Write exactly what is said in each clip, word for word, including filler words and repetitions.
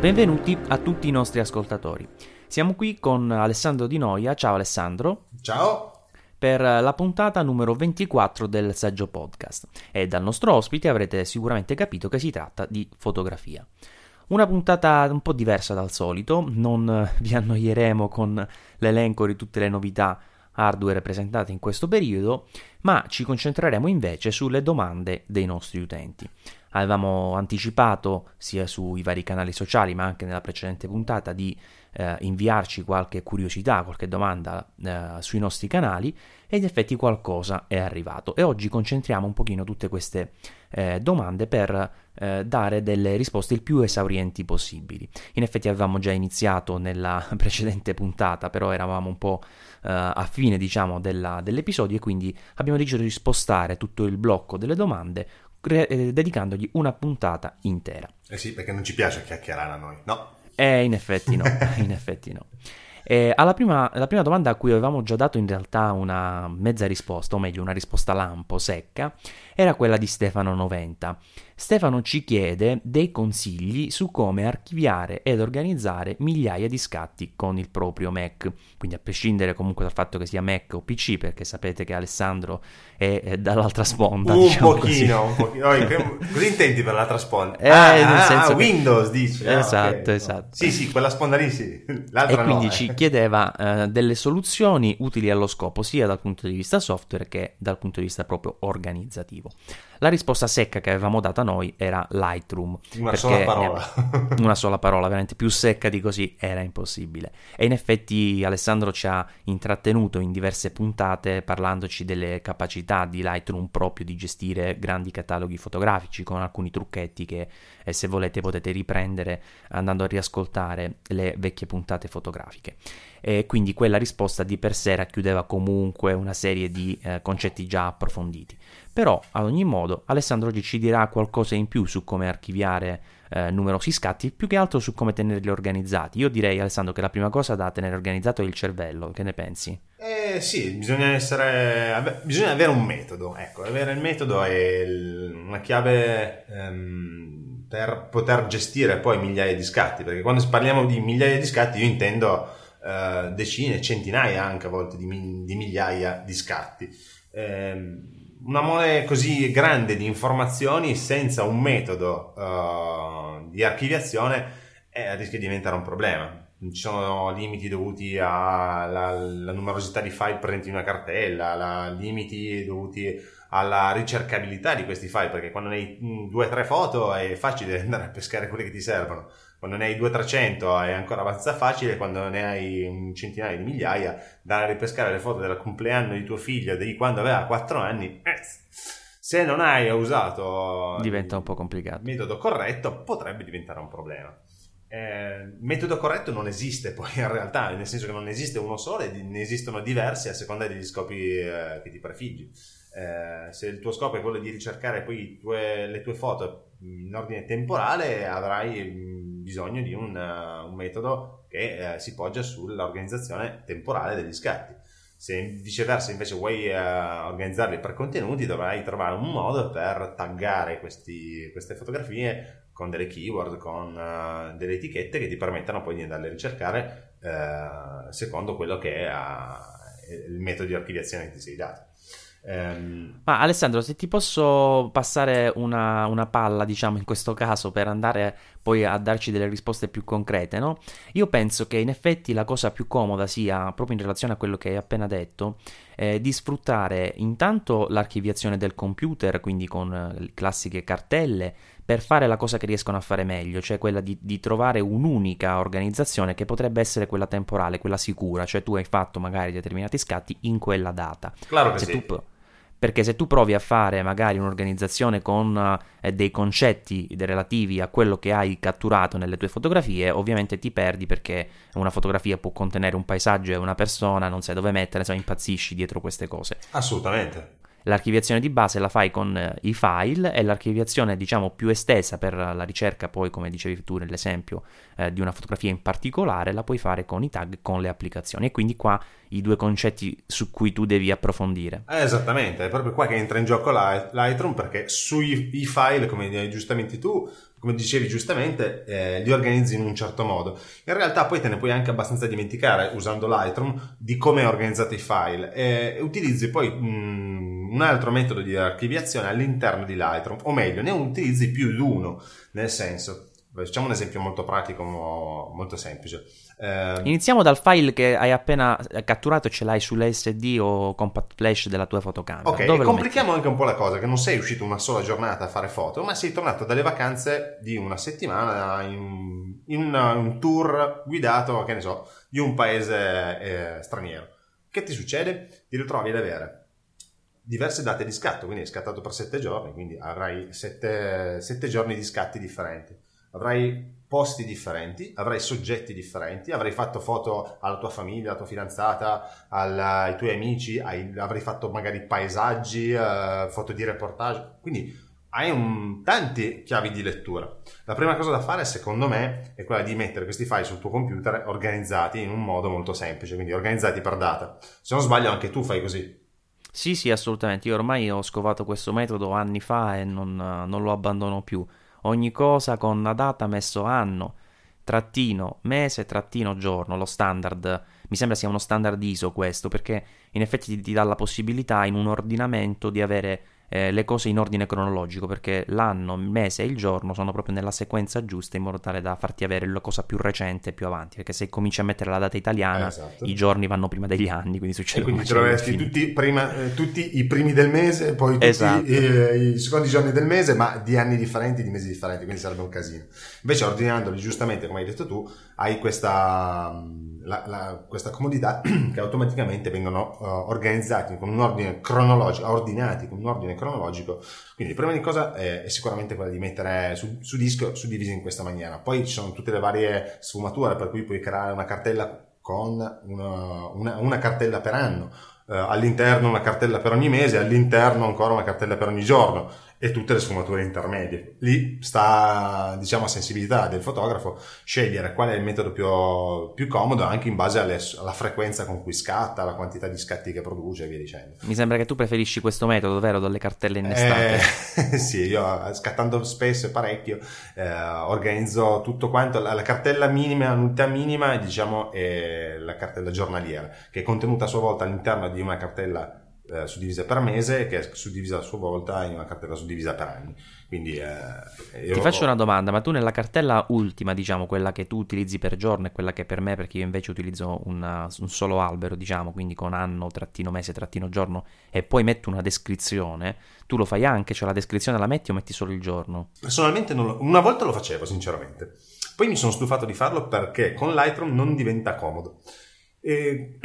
Benvenuti a tutti i nostri ascoltatori. Siamo qui con Alessandro Di Noia. Ciao Alessandro. Ciao. Per la puntata numero ventiquattro del Saggio Podcast. E dal nostro ospite avrete sicuramente capito che si tratta di fotografia. Una puntata un po' diversa dal solito, non vi annoieremo con l'elenco di tutte le novità hardware presentate in questo periodo, ma ci concentreremo invece sulle domande dei nostri utenti. Avevamo anticipato sia sui vari canali sociali ma anche nella precedente puntata di eh, inviarci qualche curiosità, qualche domanda eh, sui nostri canali e in effetti qualcosa è arrivato e oggi concentriamo un pochino tutte queste eh, domande per eh, dare delle risposte il più esaurienti possibili. In effetti avevamo già iniziato nella precedente puntata, però eravamo un po' eh, a fine diciamo della, dell'episodio e quindi abbiamo deciso di spostare tutto il blocco delle domande Re- dedicandogli una puntata intera. Eh sì, perché non ci piace chiacchierare a noi, no? Eh, in effetti no, in effetti no. E alla prima, la prima domanda a cui avevamo già dato in realtà una mezza risposta, o meglio una risposta lampo, secca, era quella di Stefano novanta. Stefano ci chiede dei consigli su come archiviare ed organizzare migliaia di scatti con il proprio Mac, quindi a prescindere comunque dal fatto che sia Mac o P C, perché sapete che Alessandro è, è dall'altra sponda. Un diciamo pochino, così. un pochino. Oh, cosa intendi per l'altra sponda? Eh, ah, nel ah, senso ah, che... Windows dici. Esatto, ah, okay. esatto. Sì, sì, quella sponda lì sì, l'altra e quindi no, ci eh. chiedeva eh, delle soluzioni utili allo scopo sia dal punto di vista software che dal punto di vista proprio organizzativo. La risposta secca che avevamo data noi era Lightroom. Una sola parola. Una sola parola, veramente più secca di così era impossibile. E in effetti Alessandro ci ha intrattenuto in diverse puntate parlandoci delle capacità di Lightroom proprio di gestire grandi cataloghi fotografici con alcuni trucchetti che eh, se volete potete riprendere andando a riascoltare le vecchie puntate fotografiche. E quindi quella risposta di per sé racchiudeva comunque una serie di eh, concetti già approfonditi. Però ad ogni modo Alessandro oggi ci dirà qualcosa in più su come archiviare eh, numerosi scatti, più che altro su come tenerli organizzati. Io direi, Alessandro, che la prima cosa da tenere organizzato è il cervello. Che ne pensi? Eh sì, bisogna essere bisogna avere un metodo, ecco, avere il metodo è il, una chiave ehm, per poter gestire poi migliaia di scatti, perché quando parliamo di migliaia di scatti io intendo eh, decine, centinaia anche a volte di, di migliaia di scatti. Eh, una mole così grande di informazioni senza un metodo uh, di archiviazione eh, rischia di diventare un problema. Ci sono limiti dovuti alla, alla numerosità di file presenti in una cartella, la, limiti dovuti alla ricercabilità di questi file, perché quando ne hai due o tre foto è facile andare a pescare quelle che ti servono. Quando ne hai duecento trecento è ancora abbastanza facile, quando ne hai un centinaio di migliaia, andare a ripescare le foto del compleanno di tuo figlio di quando aveva quattro anni, eh, se non hai usato diventa un po' complicato. Il metodo corretto potrebbe diventare un problema. Eh, il metodo corretto non esiste poi in realtà, nel senso che non esiste uno solo e ne esistono diversi a seconda degli scopi eh, che ti prefiggi. Eh, se il tuo scopo è quello di ricercare poi i tue, le tue foto in ordine temporale, avrai bisogno di un, uh, un metodo che uh, si poggia sull'organizzazione temporale degli scatti. Se viceversa invece vuoi uh, organizzarli per contenuti, dovrai trovare un modo per taggare questi, queste fotografie con delle keyword, con uh, delle etichette che ti permettano poi di andarle a ricercare uh, secondo quello che è uh, il metodo di archiviazione che ti sei dato. Um, Ma Alessandro, se ti posso passare una, una palla, diciamo in questo caso, per andare poi a darci delle risposte più concrete, no? Io penso che in effetti la cosa più comoda sia, proprio in relazione a quello che hai appena detto, eh, di sfruttare intanto l'archiviazione del computer, quindi con le classiche cartelle, per fare la cosa che riescono a fare meglio, cioè quella di, di trovare un'unica organizzazione che potrebbe essere quella temporale, quella sicura, cioè tu hai fatto magari determinati scatti in quella data. Claro che se sì. Tu, perché se tu provi a fare magari un'organizzazione con eh, dei concetti relativi a quello che hai catturato nelle tue fotografie, ovviamente ti perdi, perché una fotografia può contenere un paesaggio e una persona, non sai dove mettere, insomma impazzisci dietro queste cose. Assolutamente. L'archiviazione di base la fai con eh, i file, e l'archiviazione diciamo più estesa per la ricerca poi, come dicevi tu nell'esempio, eh, di una fotografia in particolare, la puoi fare con i tag, con le applicazioni. E quindi qua i due concetti su cui tu devi approfondire. Eh, esattamente, è proprio qua che entra in gioco Lightroom, perché sui i file, come hai giustamente tu, come dicevi giustamente, eh, li organizzi in un certo modo. In realtà poi te ne puoi anche abbastanza dimenticare, usando Lightroom, di come hai organizzato i file, e utilizzi poi mh, un altro metodo di archiviazione all'interno di Lightroom, o meglio, ne utilizzi più di uno, nel senso, facciamo un esempio molto pratico, molto semplice. Eh, Iniziamo dal file che hai appena catturato e ce l'hai sull'S D o compact flash della tua fotocamera. Ok, Dove complichiamo anche un po' la cosa, che non sei uscito una sola giornata a fare foto, ma sei tornato dalle vacanze di una settimana in, in una, un tour guidato, che ne so, di un paese eh, straniero. Che ti succede? Ti ritrovi ad avere diverse date di scatto, quindi hai scattato per sette giorni, quindi avrai sette, sette giorni di scatti differenti. Avrai posti differenti, avrai soggetti differenti, avrai fatto foto alla tua famiglia, alla tua fidanzata, alla, ai tuoi amici, hai, avrai fatto magari paesaggi, uh, foto di reportage, quindi hai un, tante chiavi di lettura. La prima cosa da fare, secondo me, è quella di mettere questi file sul tuo computer organizzati in un modo molto semplice, quindi organizzati per data. Se non sbaglio anche tu fai così. Sì, sì, assolutamente. Io ormai ho scovato questo metodo anni fa e non, non lo abbandono più. Ogni cosa con una data messo anno, trattino, mese, trattino, giorno, lo standard, mi sembra sia uno standard I S O questo, perché in effetti ti, ti dà la possibilità in un ordinamento di avere eh, le cose in ordine cronologico, perché l'anno, il mese e il giorno sono proprio nella sequenza giusta, in modo tale da farti avere la cosa più recente e più avanti, perché se cominci a mettere la data italiana, eh, esatto, i giorni vanno prima degli anni, quindi succede. E quindi troveresti tutti, prima, eh, tutti i primi del mese, poi tutti, esatto, eh, i secondi giorni del mese, ma di anni differenti, di mesi differenti, quindi sarebbe un casino. Invece ordinandoli giustamente, come hai detto tu, hai questa, la, la, questa comodità che automaticamente vengono uh, organizzati con un ordine cronologico, ordinati con un ordine cronologico. Quindi la prima cosa è, è sicuramente quella di mettere su, su disco suddivisi in questa maniera. Poi ci sono tutte le varie sfumature, per cui puoi creare una cartella con una, una, una cartella per anno, uh, all'interno una cartella per ogni mese, all'interno ancora una cartella per ogni giorno, e tutte le sfumature intermedie. Lì sta, diciamo, a sensibilità del fotografo scegliere qual è il metodo più, più comodo, anche in base alle, alla frequenza con cui scatta, la quantità di scatti che produce e via dicendo. Mi sembra che tu preferisci questo metodo, vero? Dalle cartelle innestate. Eh, sì, io scattando spesso e parecchio eh, organizzo tutto quanto. La, la cartella minima, l'unità minima, diciamo, è la cartella giornaliera, che è contenuta a sua volta all'interno di una cartella Eh, suddivisa per mese, che è suddivisa a sua volta in una cartella suddivisa per anni. Quindi eh, io ti faccio una domanda, ma tu nella cartella ultima, diciamo, quella che tu utilizzi per giorno, e quella che per me, perché io invece utilizzo una, un solo albero, diciamo, quindi con anno, trattino mese, trattino giorno, e poi metto una descrizione, tu lo fai anche, cioè la descrizione la metti o metti solo il giorno? Personalmente non lo, una volta lo facevo, sinceramente, poi mi sono stufato di farlo perché con Lightroom non diventa comodo. E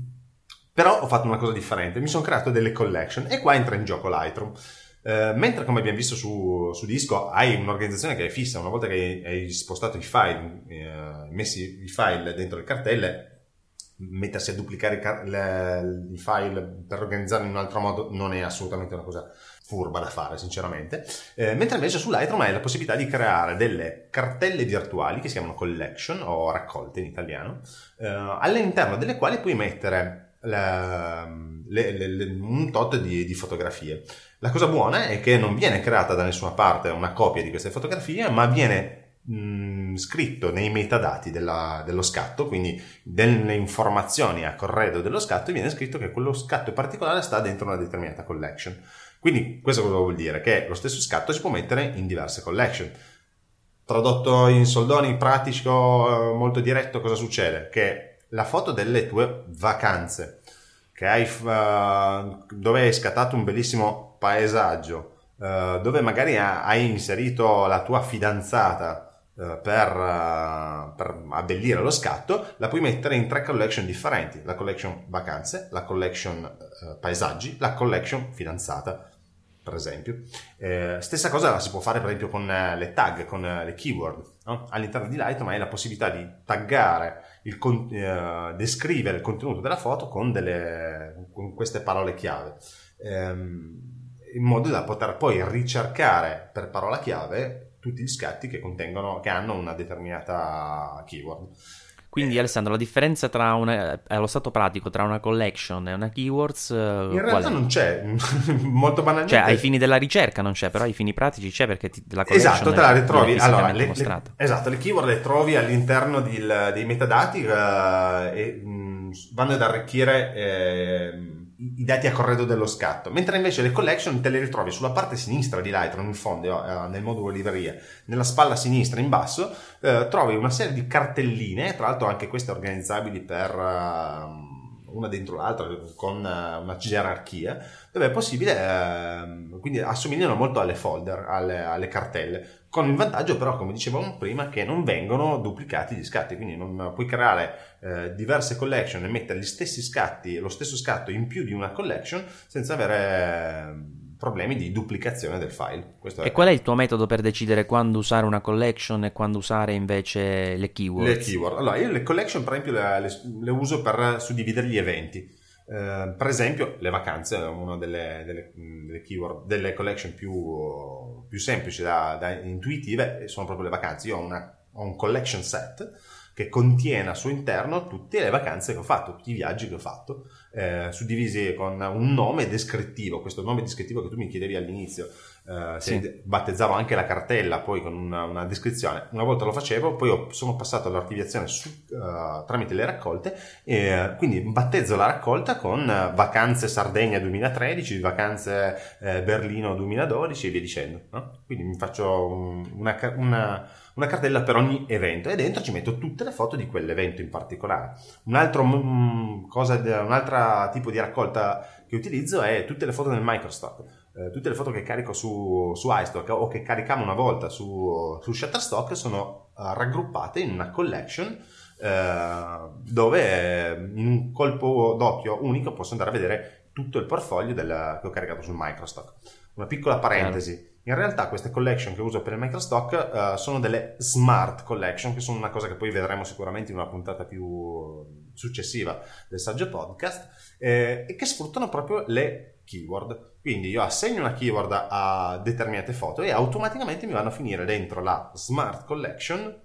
però ho fatto una cosa differente, mi sono creato delle collection, e qua entra in gioco Lightroom. Eh, mentre, come abbiamo visto su, su Disco, hai un'organizzazione che è fissa. Una volta che hai spostato i file, eh, messi i file dentro le cartelle, mettersi a duplicare i, car- le, i file per organizzarli in un altro modo non è assolutamente una cosa furba da fare, sinceramente. Eh, mentre invece su Lightroom hai la possibilità di creare delle cartelle virtuali che si chiamano collection, o raccolte in italiano, eh, all'interno delle quali puoi mettere La, le, le, le, un tot di, di fotografie. La cosa buona è che non viene creata da nessuna parte una copia di queste fotografie, ma viene mh, scritto nei metadati della, dello scatto, quindi delle informazioni a corredo dello scatto, viene scritto che quello scatto particolare sta dentro una determinata collection. Quindi questo cosa vuol dire? Che lo stesso scatto si può mettere in diverse collection. Tradotto in soldoni, pratico, molto diretto, cosa succede? Che la foto delle tue vacanze, che hai, uh, dove hai scattato un bellissimo paesaggio, uh, dove magari hai inserito la tua fidanzata uh, per, uh, per abbellire lo scatto, la puoi mettere in tre collection differenti: la collection vacanze, la collection uh, paesaggi, la collection fidanzata, per esempio. Eh, stessa cosa la si può fare per esempio con le tag, con le keyword, no? All'interno di Lightroom hai la possibilità di taggare, il con- eh, descrivere il contenuto della foto con, delle, con queste parole chiave, ehm, in modo da poter poi ricercare per parola chiave tutti gli scatti che contengono, che hanno una determinata keyword. Quindi eh, Alessandro, la differenza tra una, allo stato pratico tra una collection e una keywords, eh, in qual realtà è? non c'è, molto banalmente. Cioè, ai fini della ricerca non c'è, però ai fini pratici c'è perché ti- la Esatto, collection te la viene ritrovi. Allora, fisicamente le, le- mostrata. esatto, le keyword le trovi all'interno del- dei metadati eh, e mh, vanno ad arricchire eh, i i dati a corredo dello scatto, mentre invece le collection te le ritrovi sulla parte sinistra di Lightroom, in fondo, eh, nel modulo libreria, nella spalla sinistra in basso, eh, trovi una serie di cartelline, tra l'altro anche queste organizzabili per eh, una dentro l'altra con eh, una gerarchia, dove è possibile, eh, quindi assomigliano molto alle folder, alle, alle cartelle, con il vantaggio però, come dicevamo prima, che non vengono duplicati gli scatti, quindi non puoi creare eh, diverse collection e mettere gli stessi scatti, lo stesso scatto in più di una collection senza avere eh, problemi di duplicazione del file. Questo E è qual è il tuo metodo per decidere quando usare una collection e quando usare invece le keywords? le keyword. Allora, io le collection per esempio le, le- le uso per suddividere gli eventi. Eh, per esempio, le vacanze è una delle, delle, delle keyword, delle collection più, più semplici da, da intuitive, e sono proprio le vacanze. Io ho, una, ho un collection set che contiene al suo interno tutte le vacanze che ho fatto, tutti i viaggi che ho fatto, eh, suddivisi con un nome descrittivo. Questo nome descrittivo che tu mi chiedevi all'inizio, eh, se Sì. battezzavo anche la cartella poi con una, una descrizione, una volta lo facevo, poi ho, sono passato all'archiviazione su, uh, tramite le raccolte, e quindi battezzo la raccolta con uh, vacanze Sardegna duemilatredici, vacanze eh, Berlino duemiladodici e via dicendo, no? Quindi mi faccio un, una, una, una cartella per ogni evento e dentro ci metto tutte le foto di quell'evento in particolare. Un altro mm, cosa, un altro tipo di raccolta che utilizzo è tutte le foto nel microstock. Eh, tutte le foto che carico su, su iStock o che caricavo una volta su, su Shutterstock sono uh, raggruppate in una collection eh, dove eh, in un colpo d'occhio unico posso andare a vedere tutto il portfolio del, che ho caricato sul microstock. Una piccola parentesi. In realtà queste collection che uso per il microstock uh, sono delle smart collection, che sono una cosa che poi vedremo sicuramente in una puntata più successiva del Saggio Podcast, eh, e che sfruttano proprio le keyword. Quindi io assegno una keyword a determinate foto e automaticamente mi vanno a finire dentro la smart collection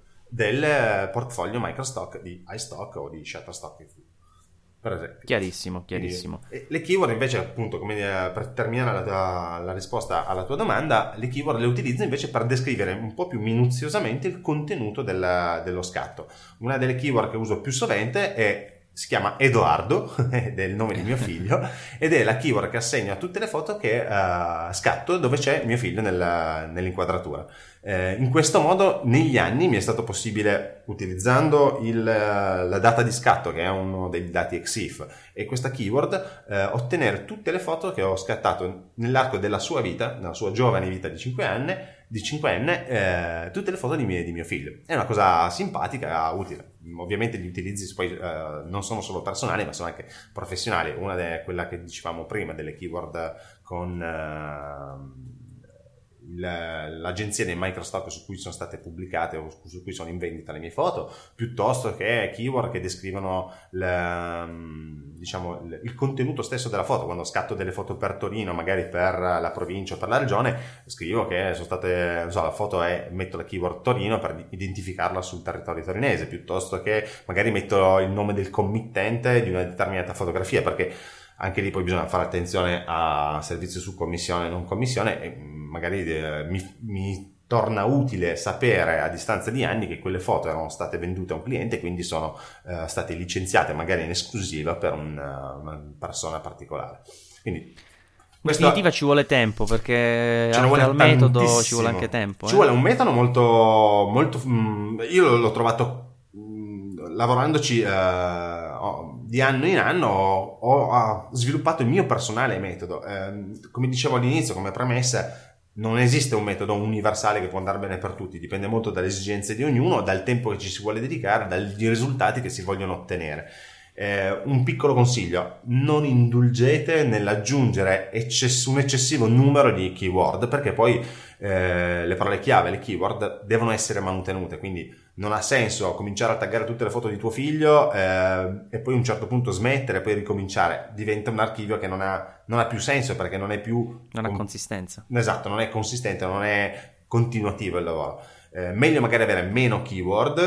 del portfolio microstock di iStock o di Shutterstock, per esempio. Chiarissimo, chiarissimo. Quindi, le keyword invece, appunto, come per terminare la, tua, la risposta alla tua domanda, le keyword le utilizzo invece per descrivere un po' più minuziosamente il contenuto del, dello scatto. Una delle keyword che uso più sovente è si chiama Edoardo, ed è il nome di mio figlio, ed è la keyword che assegno a tutte le foto che uh, scatto dove c'è mio figlio nella, nell'inquadratura. Eh, in questo modo negli anni mi è stato possibile, utilizzando il, la data di scatto, che è uno dei dati E X I F, e questa keyword, eh, ottenere tutte le foto che ho scattato nell'arco della sua vita, nella sua giovane vita di cinque anni, di cinquenne, eh, tutte le foto di mio, di mio figlio. È una cosa simpatica, utile. Ovviamente gli utilizzi poi eh, non sono solo personali, ma sono anche professionali. Una è quella che dicevamo prima, delle keyword con eh, l'agenzia dei microstock su cui sono state pubblicate o su cui sono in vendita le mie foto, piuttosto che keyword che descrivono le, diciamo, il contenuto stesso della foto. Quando scatto delle foto per Torino, magari per la provincia o per la regione, scrivo che sono state, non so, la foto è, metto la keyword Torino per identificarla sul territorio torinese, piuttosto che magari metto il nome del committente di una determinata fotografia, perché anche lì poi bisogna fare attenzione a servizio su commissione e non commissione, e magari eh, mi, mi torna utile sapere a distanza di anni che quelle foto erano state vendute a un cliente e quindi sono eh, state licenziate magari in esclusiva per un, una persona particolare. Quindi in definitiva ci vuole tempo, perché ce ne vuole al metodo tantissimo. ci vuole anche tempo. Ci eh? vuole un metodo molto, molto mh, io l'ho trovato mh, lavorandoci eh, oh, di anno in anno ho, ho sviluppato il mio personale metodo. Eh, come dicevo all'inizio, come premessa, non esiste un metodo universale che può andare bene per tutti, dipende molto dalle esigenze di ognuno, dal tempo che ci si vuole dedicare, dagli risultati che si vogliono ottenere. Eh, un piccolo consiglio: non indulgete nell'aggiungere eccess- un eccessivo numero di keyword, perché poi eh, le parole chiave, le keyword devono essere mantenute, quindi non ha senso cominciare a taggare tutte le foto di tuo figlio eh, e poi a un certo punto smettere e poi ricominciare. Diventa un archivio che non ha, non ha più senso, perché non è più non ha com- consistenza. Esatto, non è consistente, non è continuativo il lavoro. Eh, meglio magari avere meno keyword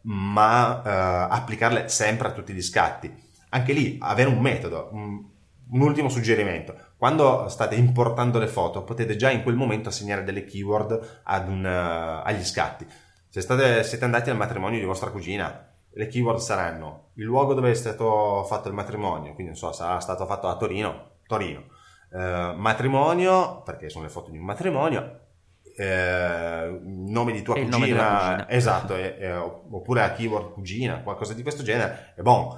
ma eh, applicarle sempre a tutti gli scatti. Anche lì avere un metodo. Un, un ultimo suggerimento: quando state importando le foto potete già in quel momento assegnare delle keyword ad un, uh, agli scatti. Se state, siete andati al matrimonio di vostra cugina, le keyword saranno il luogo dove è stato fatto il matrimonio, quindi non so, sarà stato fatto a Torino, Torino, uh, matrimonio, perché sono le foto di un matrimonio, eh, nome di tua e cugina, il nome della cugina. Esatto, e, e, oppure la keyword cugina, qualcosa di questo genere, e bon.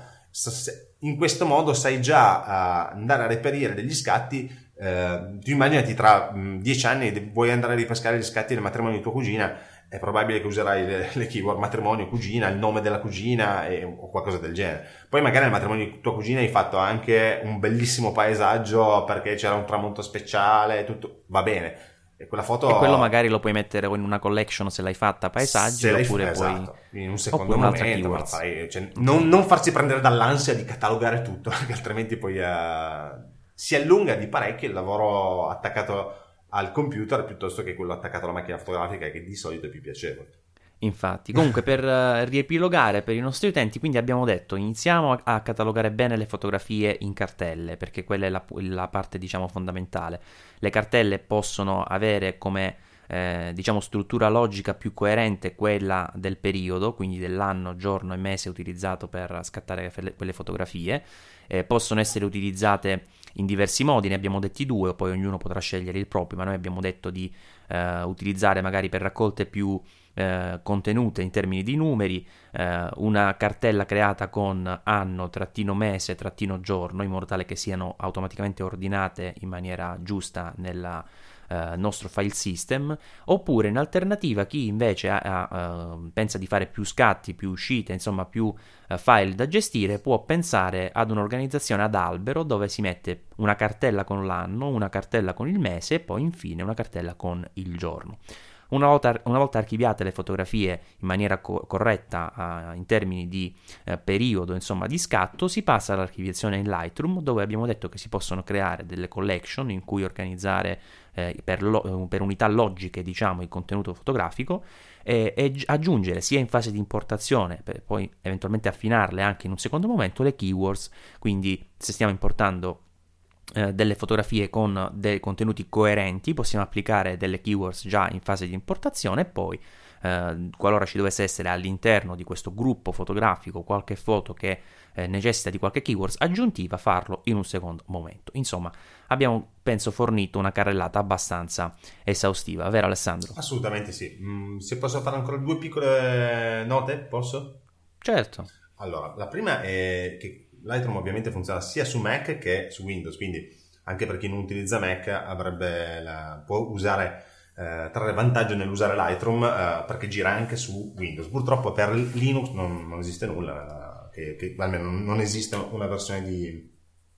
In questo modo sai già a andare a reperire degli scatti. Eh, tu immaginati tra mh, dieci anni vuoi andare a ripescare gli scatti del matrimonio di tua cugina, è probabile che userai le, le keyword matrimonio, cugina, il nome della cugina e, o qualcosa del genere. Poi magari nel matrimonio di tua cugina hai fatto anche un bellissimo paesaggio perché c'era un tramonto speciale, tutto va bene. E quella foto, e quello magari lo puoi mettere in una collection se l'hai fatta paesaggi, l'hai, oppure esatto, poi in un secondo momento, ma fai, cioè, non, non farsi prendere dall'ansia di catalogare tutto, perché altrimenti poi uh, si allunga di parecchio il lavoro attaccato al computer piuttosto che quello attaccato alla macchina fotografica, che di solito è più piacevole. Infatti, comunque per uh, riepilogare per i nostri utenti, quindi abbiamo detto iniziamo a, a catalogare bene le fotografie in cartelle, perché quella è la, la parte diciamo fondamentale. Le cartelle possono avere come eh, diciamo struttura logica più coerente quella del periodo, quindi dell'anno, giorno e mese utilizzato per scattare quelle fotografie. Eh, possono essere utilizzate in diversi modi, ne abbiamo detti due, poi ognuno potrà scegliere il proprio, ma noi abbiamo detto di eh, utilizzare magari per raccolte più Eh, contenute in termini di numeri, eh, una cartella creata con anno, trattino mese, trattino giorno, in modo tale che siano automaticamente ordinate in maniera giusta nel eh, nostro file system. Oppure in alternativa chi invece ha, ha, uh, pensa di fare più scatti, più uscite, insomma più uh, file da gestire, può pensare ad un'organizzazione ad albero dove si mette una cartella con l'anno, una cartella con il mese e poi infine una cartella con il giorno. Una volta, una volta archiviate le fotografie in maniera co- corretta uh, in termini di uh, periodo, insomma di scatto, si passa all'archiviazione in Lightroom, dove abbiamo detto che si possono creare delle collection in cui organizzare eh, per, lo- per unità logiche diciamo il contenuto fotografico e, e aggiungere sia in fase di importazione per poi eventualmente affinarle anche in un secondo momento le keywords. Quindi se stiamo importando Eh, delle fotografie con dei contenuti coerenti possiamo applicare delle keywords già in fase di importazione e poi eh, qualora ci dovesse essere all'interno di questo gruppo fotografico qualche foto che eh, necessita di qualche keywords aggiuntiva, farlo in un secondo momento. Insomma, abbiamo penso fornito una carrellata abbastanza esaustiva, vero Alessandro? Assolutamente sì. Mm, se posso fare ancora due piccole note, posso? Certo. Allora, la prima è che Lightroom ovviamente funziona sia su Mac che su Windows, quindi anche per chi non utilizza Mac avrebbe la, può usare, eh, trarre vantaggio nell'usare Lightroom eh, perché gira anche su Windows. Purtroppo per Linux non, non esiste nulla, che, che, almeno non esiste una versione di,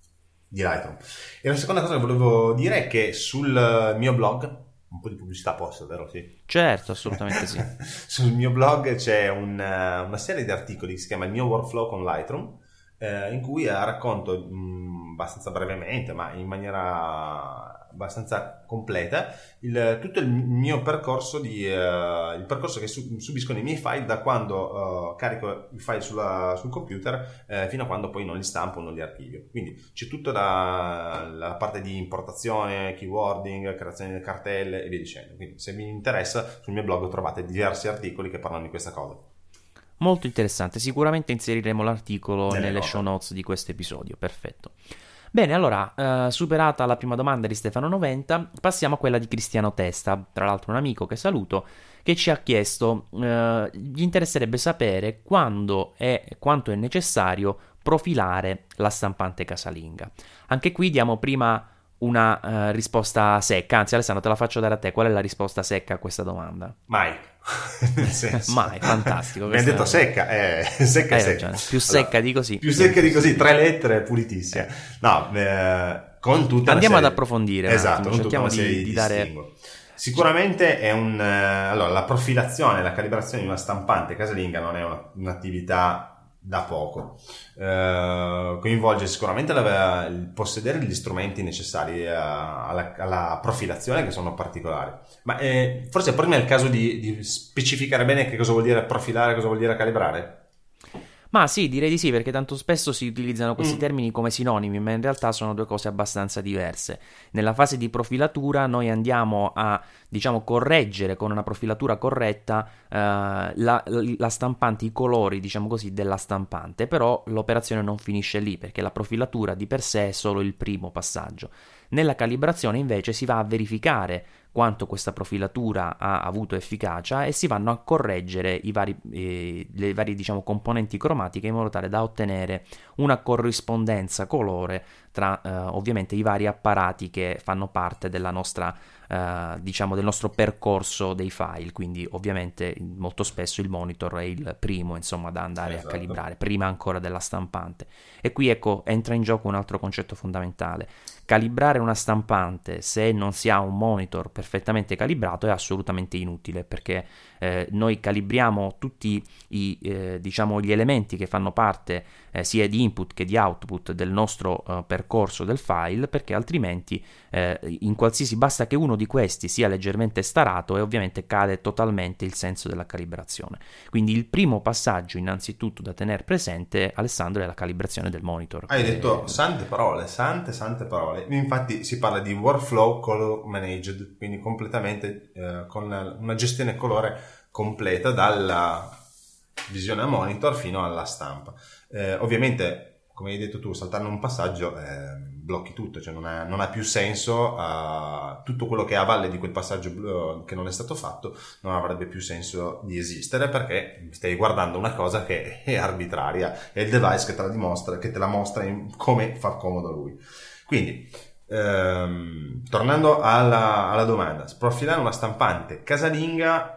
di Lightroom. E la seconda cosa che volevo dire è che sul mio blog, un po' di pubblicità posso, vero? Sì. Certo, assolutamente sì. Sul mio blog c'è una, una serie di articoli che si chiama Il mio workflow con Lightroom, Eh, in cui racconto mh, abbastanza brevemente ma in maniera abbastanza completa il, tutto il mio percorso di, uh, il percorso che su, subiscono i miei file da quando uh, carico i file sulla, sul computer uh, fino a quando poi non li stampo o non li archivio. Quindi c'è tutto da la parte di importazione, keywording, creazione delle cartelle e via dicendo. Quindi se vi interessa sul mio blog trovate diversi articoli che parlano di questa cosa. Molto interessante, sicuramente inseriremo l'articolo nelle, nelle note. show notes di questo episodio, perfetto. Bene, allora, eh, superata la prima domanda di Stefano novanta, passiamo a quella di Cristiano Testa, tra l'altro un amico che saluto, che ci ha chiesto, eh, gli interesserebbe sapere quando e quanto è necessario profilare la stampante casalinga. Anche qui diamo prima una uh, risposta secca, anzi Alessandro te la faccio dare a te, qual è la risposta secca a questa domanda? Mai. Nel senso, mai, fantastico. Mi hai detto secca, eh, secca Hai secca. ragione, più secca allora, di così. Più secca di così, tre lettere, pulitissima. No, eh, con tutta Andiamo serie... ad approfondire, esatto, attimo, cerchiamo di, di, di dare... distinguo. Sicuramente è un... Eh, allora, la profilazione, la calibrazione di una stampante casalinga non è una, un'attività da poco. Eh, coinvolge sicuramente la, il possedere gli strumenti necessari eh, alla, alla profilazione, che sono particolari. Ma eh, forse prima è il caso di, di specificare bene che cosa vuol dire profilare, cosa vuol dire calibrare. Ma sì, direi di sì, perché tanto spesso si utilizzano questi Mm. termini come sinonimi, ma in realtà sono due cose abbastanza diverse. Nella fase di profilatura noi andiamo a, diciamo, correggere con una profilatura corretta eh, la, la stampante, i colori, diciamo così, della stampante, però l'operazione non finisce lì, perché la profilatura di per sé è solo il primo passaggio. Nella calibrazione invece si va a verificare quanto questa profilatura ha avuto efficacia e si vanno a correggere i vari, eh, le varie diciamo, componenti cromatiche in modo tale da ottenere una corrispondenza colore tra eh, ovviamente i vari apparati che fanno parte della nostra eh, diciamo del nostro percorso dei file, quindi ovviamente molto spesso il monitor è il primo insomma da andare Esatto. a calibrare prima ancora della stampante. E qui ecco entra in gioco un altro concetto fondamentale: calibrare una stampante se non si ha un monitor perfettamente calibrato è assolutamente inutile, perché eh, noi calibriamo tutti i, eh, diciamo, gli elementi che fanno parte eh, sia di input che di output del nostro eh, percorso del file, perché altrimenti eh, in qualsiasi basta che uno di questi sia leggermente starato e ovviamente cade totalmente il senso della calibrazione. Quindi il primo passaggio innanzitutto da tenere presente, Alessandro, è la calibrazione del monitor. Hai detto eh, sante parole, sante sante parole. Infatti si parla di workflow color managed, quindi completamente eh, con la- una gestione colore completa dalla visione a monitor fino alla stampa. Eh, ovviamente, come hai detto tu, saltando un passaggio eh, blocchi tutto, cioè non ha, non ha più senso, eh, tutto quello che è a valle di quel passaggio eh, che non è stato fatto non avrebbe più senso di esistere, perché stai guardando una cosa che è arbitraria, è il device che te la dimostra, che te la mostra in come fa comodo lui. Quindi ehm, tornando alla, alla domanda, profilare una stampante casalinga.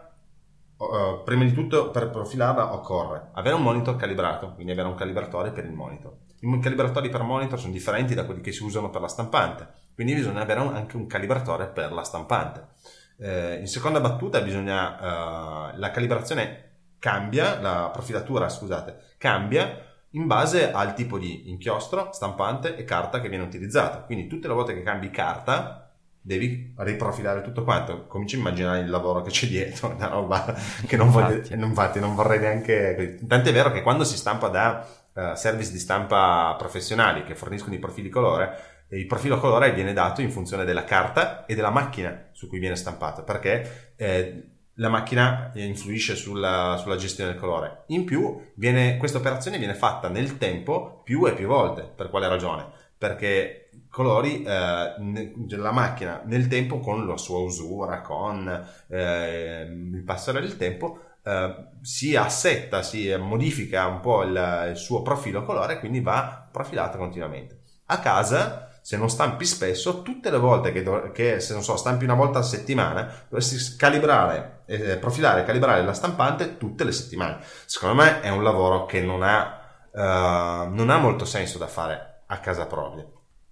Uh, prima di tutto, per profilarla occorre avere un monitor calibrato, quindi avere un calibratore per il monitor. I calibratori per monitor sono differenti da quelli che si usano per la stampante, quindi bisogna avere un, anche un calibratore per la stampante. Uh, in seconda battuta bisogna uh, la calibrazione cambia, la profilatura scusate, cambia in base al tipo di inchiostro, stampante e carta che viene utilizzata. Quindi tutte le volte che cambi carta devi riprofilare tutto quanto. Cominci a immaginare il lavoro che c'è dietro, una roba che non voglio, Infatti. infatti non vorrei neanche. Tant'è vero che quando si stampa da uh, service di stampa professionali che forniscono i profili colore, il profilo colore viene dato in funzione della carta e della macchina su cui viene stampata, perché eh, la macchina influisce sulla, sulla gestione del colore. In più, viene, questa operazione viene fatta nel tempo più e più volte. Per quale ragione? Perché colori eh, la macchina nel tempo, con la sua usura, con eh, il passare del tempo, eh, si assetta, si modifica un po' il, il suo profilo colore, quindi va profilata continuamente. A casa, se non stampi spesso, tutte le volte che, do- che se non so, stampi una volta a settimana, dovresti calibrare, eh, profilare e calibrare la stampante tutte le settimane. Secondo me è un lavoro che non ha, eh, non ha molto senso da fare a casa propria.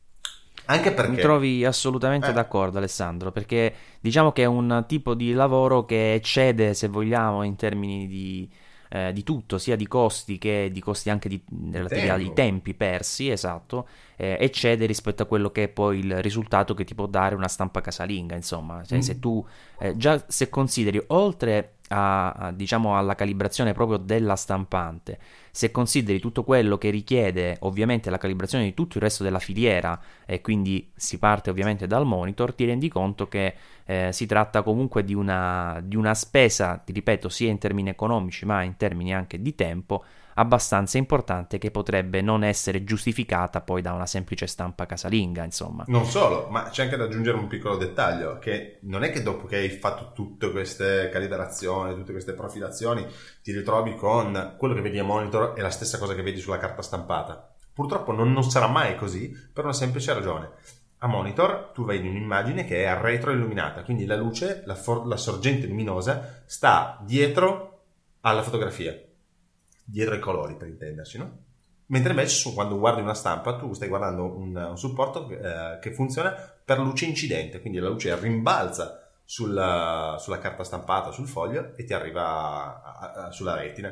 Anche perché Mi trovi assolutamente eh, d'accordo, Alessandro, perché diciamo che è un tipo di lavoro che eccede, se vogliamo, in termini di, eh, di tutto, sia di costi che di costi anche di, relativi ai tempo. tempi persi, esatto, eh, eccede rispetto a quello che è poi il risultato che ti può dare una stampa casalinga, insomma. Cioè, se Mm. tu eh, già se consideri, oltre a, a, diciamo alla calibrazione proprio della stampante, se consideri tutto quello che richiede ovviamente la calibrazione di tutto il resto della filiera, e quindi si parte ovviamente dal monitor, ti rendi conto che eh, si tratta comunque di una, di una spesa, ti ripeto, sia in termini economici ma in termini anche di tempo, abbastanza importante, che potrebbe non essere giustificata poi da una semplice stampa casalinga, insomma. Non solo, ma c'è anche da aggiungere un piccolo dettaglio, che non è che dopo che hai fatto tutte queste calibrazioni, tutte queste profilazioni, ti ritrovi con quello che vedi a monitor e la stessa cosa che vedi sulla carta stampata. Purtroppo non, non sarà mai così, per una semplice ragione. A monitor tu vedi un'immagine che è retroilluminata, quindi la luce, la, for- la sorgente luminosa sta dietro alla fotografia, dietro ai colori per intenderci, no? Mentre invece su, quando guardi una stampa tu stai guardando un, un supporto eh, che funziona per luce incidente, quindi la luce rimbalza sulla, sulla carta stampata, sul foglio, e ti arriva a, a, a, sulla retina.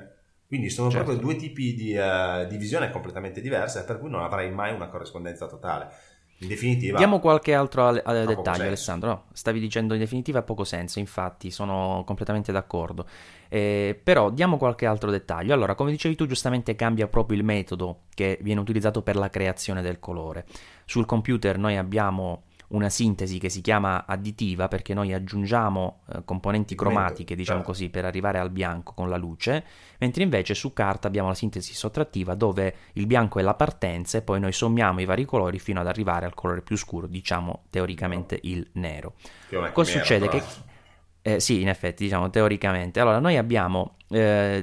Quindi sono Certo. proprio due tipi di, uh, di visione completamente diverse, per cui non avrai mai una corrispondenza totale. In definitiva, diamo qualche altro ale- ale- ha poco dettaglio, senso. Alessandro. No, stavi dicendo in definitiva ha poco senso, infatti sono completamente d'accordo. Eh, però diamo qualche altro dettaglio. Allora, come dicevi tu, giustamente cambia proprio il metodo che viene utilizzato per la creazione del colore. Sul computer noi abbiamo una sintesi che si chiama additiva, perché noi aggiungiamo eh, componenti Pigmento, cromatiche, diciamo certo. così, per arrivare al bianco con la luce, mentre invece su carta abbiamo la sintesi sottrattiva, dove il bianco è la partenza e poi noi sommiamo i vari colori fino ad arrivare al colore più scuro, diciamo teoricamente il nero. Che è una Cosa chimera, succede? però. Che eh, sì, in effetti, diciamo teoricamente. Allora, noi abbiamo eh,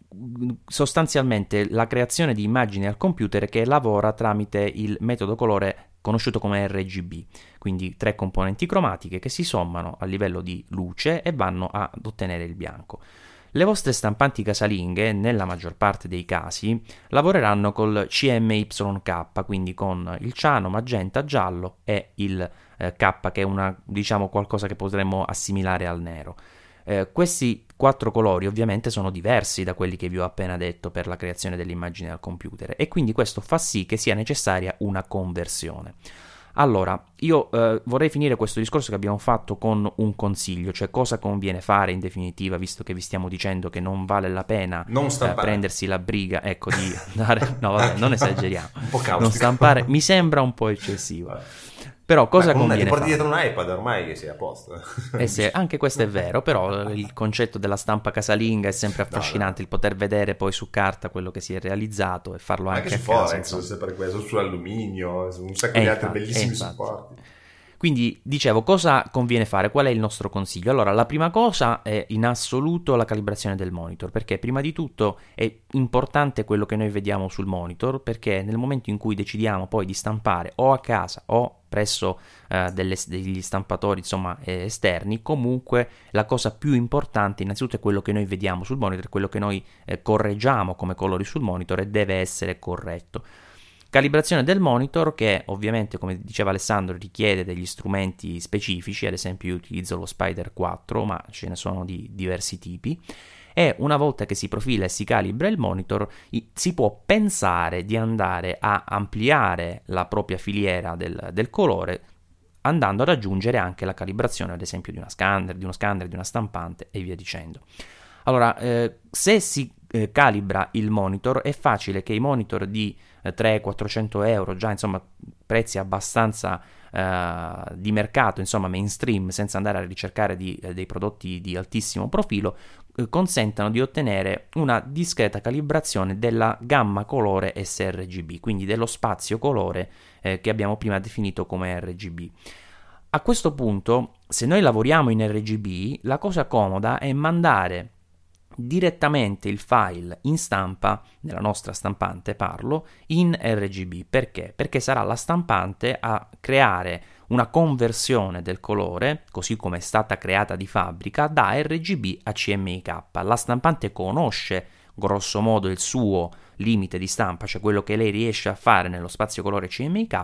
sostanzialmente la creazione di immagini al computer che lavora tramite il metodo colore conosciuto come R G B, quindi tre componenti cromatiche che si sommano a livello di luce e vanno ad ottenere il bianco. Le vostre stampanti casalinghe, nella maggior parte dei casi, lavoreranno col C M Y K, quindi con il ciano, magenta, giallo e il eh, K, che è una, diciamo, qualcosa che potremmo assimilare al nero. Eh, questi quattro colori ovviamente sono diversi da quelli che vi ho appena detto per la creazione dell'immagine al computer e quindi questo fa sì che sia necessaria una conversione. Allora, io eh, vorrei finire questo discorso che abbiamo fatto con un consiglio, cioè cosa conviene fare in definitiva, visto che vi stiamo dicendo che non vale la pena Non eh, stampare. prendersi la briga, ecco, di andare... No, vabbè, non esageriamo. Un po' caustico. Non stampare mi sembra un po' eccessivo. Vabbè. Però cosa Ma con- conviene ti porti fare? dietro un iPad ormai che sei a posto. Eh sì, anche questo è vero, però il concetto della stampa casalinga è sempre affascinante, no. il poter vedere poi su carta quello che si è realizzato e farlo anche, Anche su a casa. Forex, insomma. sempre questo, sull'alluminio, su un sacco Eh, di altri infatti, bellissimi eh, infatti. supporti. Quindi, dicevo, cosa conviene fare? Qual è il nostro consiglio? Allora, la prima cosa è in assoluto la calibrazione del monitor, perché prima di tutto è importante quello che noi vediamo sul monitor, perché nel momento in cui decidiamo poi di stampare o a casa o presso eh, delle, degli stampatori insomma eh, esterni, comunque la cosa più importante innanzitutto è quello che noi vediamo sul monitor, quello che noi eh, correggiamo come colori sul monitor e deve essere corretto. Calibrazione del monitor che ovviamente, come diceva Alessandro, richiede degli strumenti specifici, ad esempio io utilizzo lo Spider quattro, ma ce ne sono di diversi tipi, e una volta che si profila e si calibra il monitor si può pensare di andare a ampliare la propria filiera del, del colore, andando ad aggiungere anche la calibrazione ad esempio di una scanner, di uno scanner, di una stampante e via dicendo. Allora, eh, se si eh, calibra il monitor è facile che i monitor di eh, trecento quattrocento euro, già insomma prezzi abbastanza eh, di mercato, insomma mainstream, senza andare a ricercare di, eh, dei prodotti di altissimo profilo, eh, consentano di ottenere una discreta calibrazione della gamma colore sRGB, quindi dello spazio colore eh, che abbiamo prima definito come R G B. A questo punto, se noi lavoriamo in R G B, la cosa comoda è mandare direttamente il file in stampa, nella nostra stampante parlo, in R G B. Perché? Perché sarà la stampante a creare una conversione del colore, così come è stata creata di fabbrica, da R G B a C M Y K. La stampante conosce grosso modo il suo limite di stampa, cioè quello che lei riesce a fare nello spazio colore C M Y K,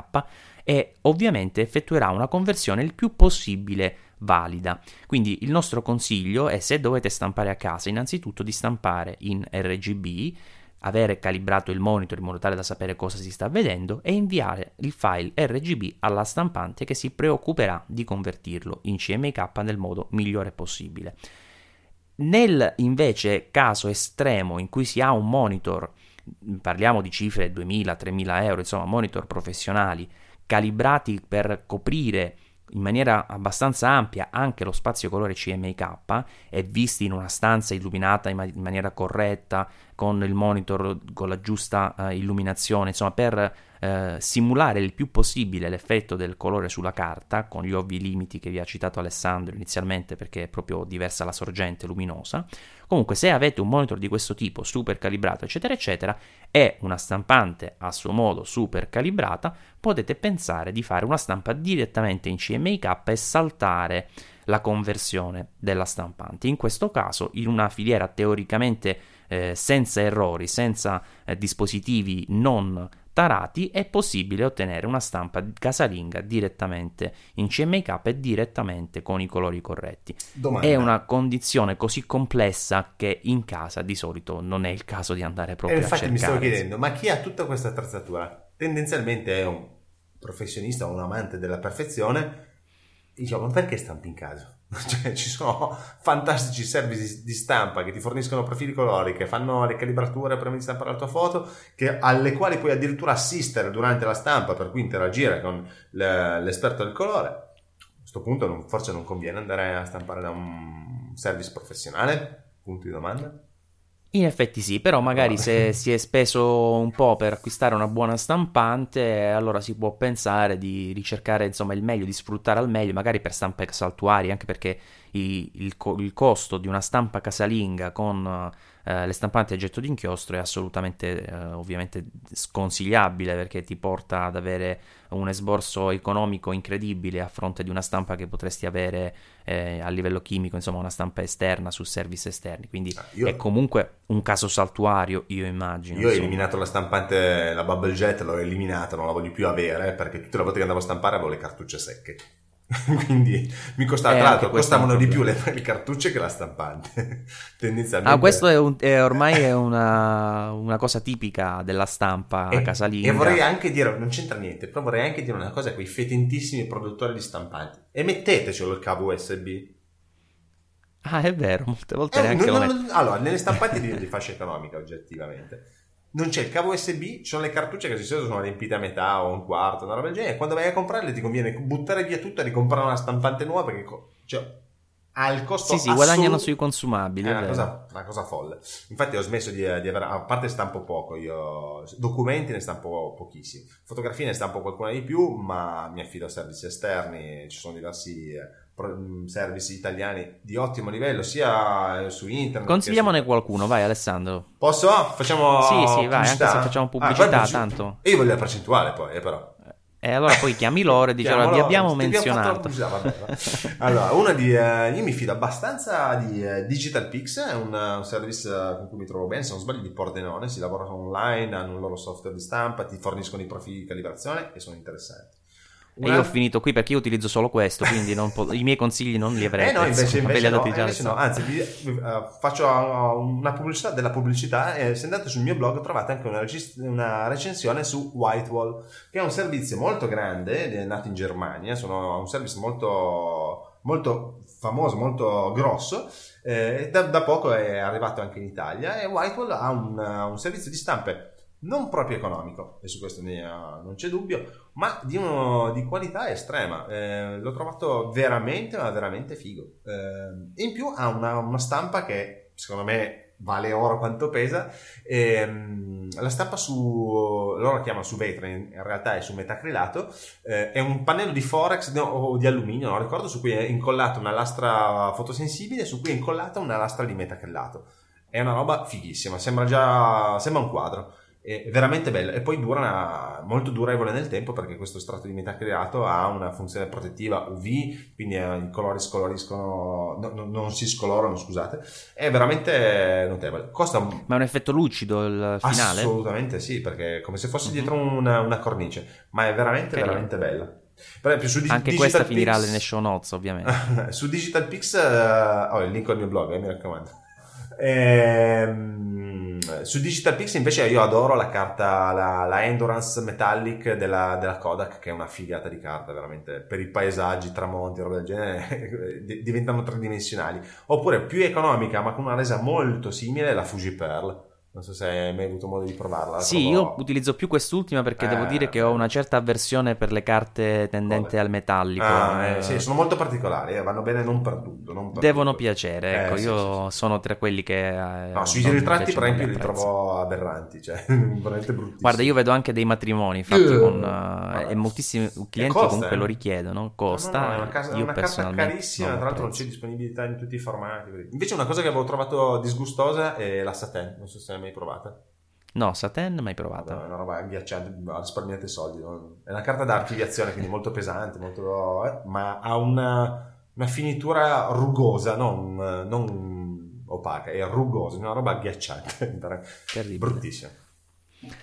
e ovviamente effettuerà una conversione il più possibile valida. Quindi il nostro consiglio è, se dovete stampare a casa, innanzitutto di stampare in R G B, avere calibrato il monitor in modo tale da sapere cosa si sta vedendo e inviare il file R G B alla stampante che si preoccuperà di convertirlo in C M Y K nel modo migliore possibile. Nel invece caso estremo in cui si ha un monitor, parliamo di cifre duemila tremila euro, insomma monitor professionali calibrati per coprire in maniera abbastanza ampia anche lo spazio colore C M Y K e visti in una stanza illuminata in, ma- in maniera corretta, con il monitor con la giusta uh, illuminazione, insomma per uh, simulare il più possibile l'effetto del colore sulla carta, con gli ovvi limiti che vi ha citato Alessandro inizialmente, perché è proprio diversa la sorgente luminosa. Comunque, se avete un monitor di questo tipo super calibrato eccetera eccetera e una stampante a suo modo super calibrata, potete pensare di fare una stampa direttamente in C M Y K e saltare la conversione della stampante. In questo caso, in una filiera teoricamente eh, senza errori, senza eh, dispositivi non tarati, è possibile ottenere una stampa casalinga direttamente in C M Y K e direttamente con i colori corretti. Domanda. È una condizione così complessa che in casa di solito non è il caso di andare proprio e a infatti cercare. mi stavo chiedendo, ma chi ha tutta questa attrezzatura? Tendenzialmente è un professionista o un amante della perfezione. Diciamo, perché stampi in casa? Cioè, ci sono fantastici service di stampa che ti forniscono profili colori, che fanno le calibrature prima di stampare la tua foto, che, alle quali puoi addirittura assistere durante la stampa, per cui interagire con le, l'esperto del colore. A questo punto non, forse non conviene andare a stampare da un service professionale? Punto di domanda. In effetti sì, però magari se si è speso un po' per acquistare una buona stampante, allora si può pensare di ricercare insomma il meglio, di sfruttare al meglio, magari per stampe saltuarie, anche perché i- il, co- il costo di una stampa casalinga con eh, le stampanti a getto d'inchiostro è assolutamente eh, ovviamente sconsigliabile, perché ti porta ad avere un esborso economico incredibile a fronte di una stampa che potresti avere eh, a livello chimico, insomma una stampa esterna su service esterni, quindi Io, è comunque un caso saltuario, io immagino. io ho insomma. eliminato la stampante, la Bubble Jet, l'ho eliminata, non la voglio più avere, perché tutte le volte che andavo a stampare avevo le cartucce secche. Quindi mi costava, Eh, tra anche l'altro, questo è un costavano di più problema. le, le cartucce che la stampante. Tendenzialmente. Ah, questo è, un- è ormai è una, una cosa tipica della stampa E, casalinga. e vorrei anche dire, non c'entra niente, però vorrei anche dire una cosa a quei fetentissimi produttori di stampanti. E mettetecelo il cavo U S B. Ah, è vero, molte volte Eh, neanche non- lo non- metto. non- allora, nelle stampanti di, di fascia economica, oggettivamente, non c'è il cavo U S B, ci sono le cartucce che di solito sono riempite a metà o un quarto, una roba del genere. Quando vai a comprarle ti conviene buttare via tutto e ricomprare una stampante nuova perché co- cioè, ha il costo Sì, sì, assoluto. guadagnano sui consumabili, È è una vero. cosa, una cosa folle. Infatti ho smesso di, di avere, a parte stampo poco, io documenti ne stampo pochissimi, fotografie ne stampo qualcuna di più, ma mi affido a servizi esterni, ci sono diversi eh, pro- servizi italiani di ottimo livello, sia eh, su internet. Consigliamone che su... qualcuno, vai Alessandro. Posso? Facciamo Sì, sì, vai, pubblicità? anche se facciamo Ah, pubblicità, guarda, tanto. E io voglio la percentuale poi, eh, però. E allora poi chiami loro e dici, allora, vi Chiamalo- abbiamo ti abbiamo fatto la menzionato. pubblicità, vabbè, va. Allora, una di, eh, io mi fido abbastanza di eh, DigitalPix, è un, uh, un service uh, con cui mi trovo bene, se non sbaglio di Pordenone, si lavora online, hanno un loro software di stampa, ti forniscono i profili di calibrazione e sono interessanti. E io ho finito qui perché io utilizzo solo questo, quindi non po- i miei consigli non li avrete. Eh no, invece, insomma, ve li invece, ha no, dati già invece no, Alessandro. anzi vi, uh, faccio uh, una pubblicità della pubblicità e se andate sul mio blog trovate anche una, regis- una recensione su Whitewall, che è un servizio molto grande, è nato in Germania, sono un service molto, molto famoso, molto grosso, eh, da, da poco è arrivato anche in Italia e Whitewall ha un, uh, un servizio di stampe non proprio economico, e su questo ne ha- non c'è dubbio, ma di, uno, di qualità estrema. Eh, l'ho trovato veramente, ma veramente figo. Eh, in più ha una, una stampa che secondo me vale oro quanto pesa. Ehm, la stampa su, loro la chiamano su vetro, in, in realtà è su metacrilato. Eh, è un pannello di Forex no, o di alluminio, non ricordo, su cui è incollata una lastra fotosensibile, su cui è incollata una lastra di metacrilato. È una roba fighissima, sembra già sembra un quadro. È veramente bella e poi dura una, molto durevole nel tempo perché questo strato di metacrilato ha una funzione protettiva U V, quindi eh, i colori scoloriscono, no, no, non si scolorano, scusate, è veramente notevole. Costa un... Ma è un effetto lucido il finale? Assolutamente sì, perché è come se fosse Mhm. dietro una, una cornice, ma è veramente Carino. veramente bella. Per esempio su Di- Anche Digital questa finirà Pix- nelle show notes, ovviamente. su DigitalPix eh, ho il link al mio blog, eh, mi raccomando. Ehm, su DigitalPix invece io adoro la carta, la, la Endurance Metallic della, della Kodak, che è una figata di carta veramente, per i paesaggi, tramonti, roba del genere di- diventano tridimensionali. Oppure più economica ma con una resa molto simile, la Fuji Pearl. Non so se hai mai avuto modo di provarla. la Sì, trovo- io utilizzo più quest'ultima perché Eh, devo dire che ho beh. una certa avversione per le carte tendenti Vabbè. al metallico. Ah, eh, Eh, sì, sono molto particolari, eh, vanno bene non per tutto. Non per Devono tutto. piacere, Eh, ecco, sì, io sì, sono tra quelli che... eh, No, sui non- ritratti invece per non esempio li li apprezzo. trovo aberranti, cioè veramente bruttissimi. Guarda, io vedo anche dei matrimoni fatti Eh, con... eh, vabbè. e moltissimi clienti costa, comunque eh. lo richiedono, costa. No, no, no, è una, casa, io una carta personalmente carissima, non lo tra l'altro non apprezzo. c'è disponibilità in tutti i formati. Invece una cosa che avevo trovato disgustosa è la Satin, non so se l'hai mai provata. No, Satin mai Vabbè, provata. è una roba agghiacciante, ha risparmiato soldi. No? È una carta da archiviazione, quindi molto pesante, molto, eh, ma ha una, una finitura rugosa, non, non opaca, è rugosa, è una roba agghiacciante, Terribile. bruttissima.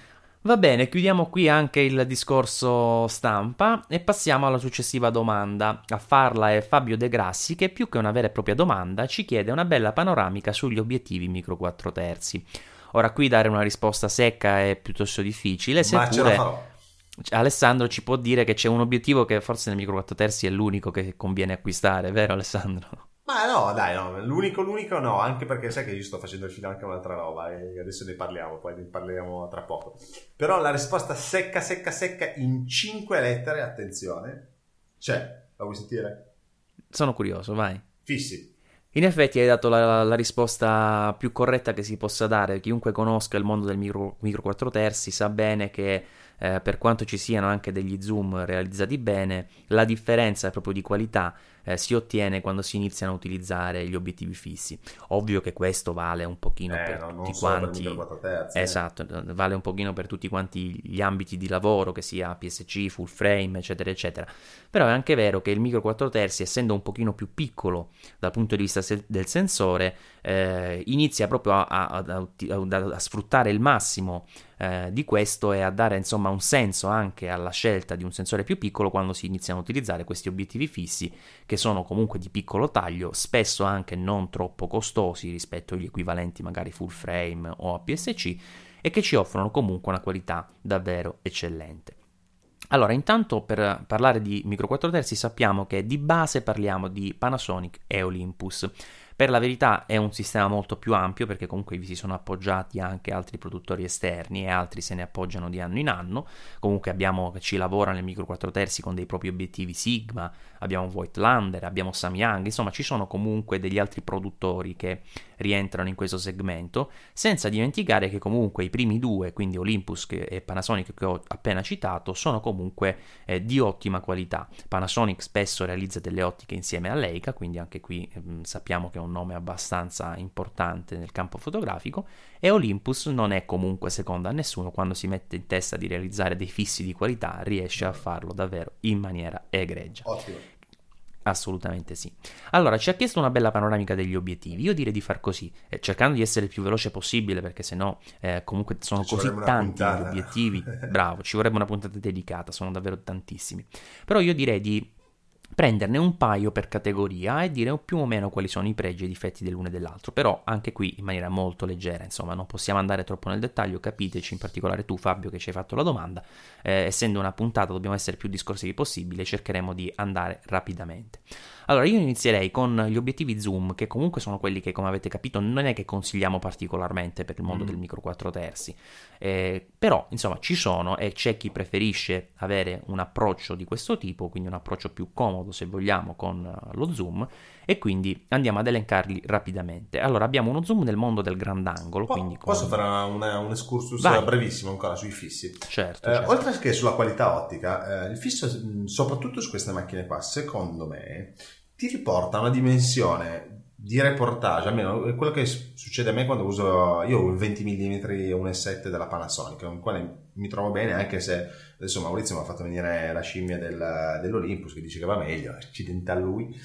Va bene, chiudiamo qui anche il discorso stampa e passiamo alla successiva domanda. A farla è Fabio De Grassi, che più che una vera e propria domanda ci chiede una bella panoramica sugli obiettivi micro quattro terzi. Ora, qui dare una risposta secca è piuttosto difficile, Ma ce la seppure farò. Alessandro ci può dire che c'è un obiettivo che forse nel micro quattro terzi è l'unico che conviene acquistare, vero Alessandro? Ma no, dai, no, l'unico, l'unico no, anche perché sai che io sto facendo uscire anche un'altra roba e adesso ne parliamo, poi ne parleremo tra poco. Però la risposta secca, secca, secca in cinque lettere, attenzione, c'è. La vuoi sentire? Sono curioso, vai. Fissi. In effetti hai dato la, la risposta più corretta che si possa dare. Chiunque conosca il mondo del micro, micro quattro terzi sa bene che eh, per quanto ci siano anche degli zoom realizzati bene, la differenza proprio di qualità eh, si ottiene quando si iniziano a utilizzare gli obiettivi fissi. Ovvio che questo vale un pochino Eh, per no, non tutti solo per quanti. micro quattro terzi. eh. Esatto, vale un pochino per tutti quanti gli ambiti di lavoro, che sia P S C, full frame, eccetera, eccetera. Però è anche vero che il micro quattro terzi, essendo un pochino più piccolo dal punto di vista se- del sensore, eh, inizia proprio a, a, a, a, a sfruttare il massimo eh, di questo e a dare insomma un senso anche alla scelta di un sensore più piccolo quando si iniziano a utilizzare questi obiettivi fissi, che sono comunque di piccolo taglio, spesso anche non troppo costosi rispetto agli equivalenti magari full frame o A P S C, e che ci offrono comunque una qualità davvero eccellente. Allora, intanto per parlare di micro quattro terzi sappiamo che di base parliamo di Panasonic e Olympus. Per la verità è un sistema molto più ampio, perché comunque vi si sono appoggiati anche altri produttori esterni e altri se ne appoggiano di anno in anno. Comunque abbiamo che ci lavora nel micro quattro terzi con dei propri obiettivi Sigma, abbiamo Voigtlander, abbiamo Samyang, insomma ci sono comunque degli altri produttori che rientrano in questo segmento, senza dimenticare che comunque i primi due, quindi Olympus e Panasonic che ho appena citato, sono comunque eh, di ottima qualità. Panasonic spesso realizza delle ottiche insieme a Leica, quindi anche qui ehm, sappiamo che è un nome abbastanza importante nel campo fotografico, e Olympus non è comunque seconda a nessuno. Quando si mette in testa di realizzare dei fissi di qualità riesce a farlo davvero in maniera egregia. Ottimo. Assolutamente sì. Allora, ci ha chiesto una bella panoramica degli obiettivi. Io direi di far così, eh, cercando di essere il più veloce possibile, perché sennò eh, comunque sono Ci così vorrebbe una tanti gli puntata. obiettivi. Bravo, ci vorrebbe una puntata dedicata, sono davvero tantissimi. Però io direi di prenderne un paio per categoria e dire più o meno quali sono i pregi e i difetti dell'uno e dell'altro, però anche qui in maniera molto leggera, insomma non possiamo andare troppo nel dettaglio, capiteci, in particolare tu Fabio che ci hai fatto la domanda, eh, essendo una puntata dobbiamo essere più discorsivi possibile, cercheremo di andare rapidamente. Allora io inizierei con gli obiettivi zoom, che comunque sono quelli che, come avete capito, non è che consigliamo particolarmente per il mondo mm. del micro quattro terzi, eh, però insomma ci sono e c'è chi preferisce avere un approccio di questo tipo, quindi un approccio più comodo se vogliamo con lo zoom, e quindi andiamo ad elencarli rapidamente. Allora abbiamo uno zoom nel mondo del grandangolo, Po- quindi con... Posso fare una, una, un excursus Vai. brevissimo ancora sui fissi? Certo, Eh, certo. Oltre che sulla qualità ottica, eh, il fisso, mh, soprattutto su queste macchine qua, secondo me, ti riporta una dimensione di reportage, almeno è quello che succede a me quando uso, io ho il venti millimetri uno virgola sette della Panasonic, con il quale mi trovo bene, anche se adesso Maurizio mi ha fatto venire la scimmia del, dell'Olympus, che dice che va meglio, accidente a lui.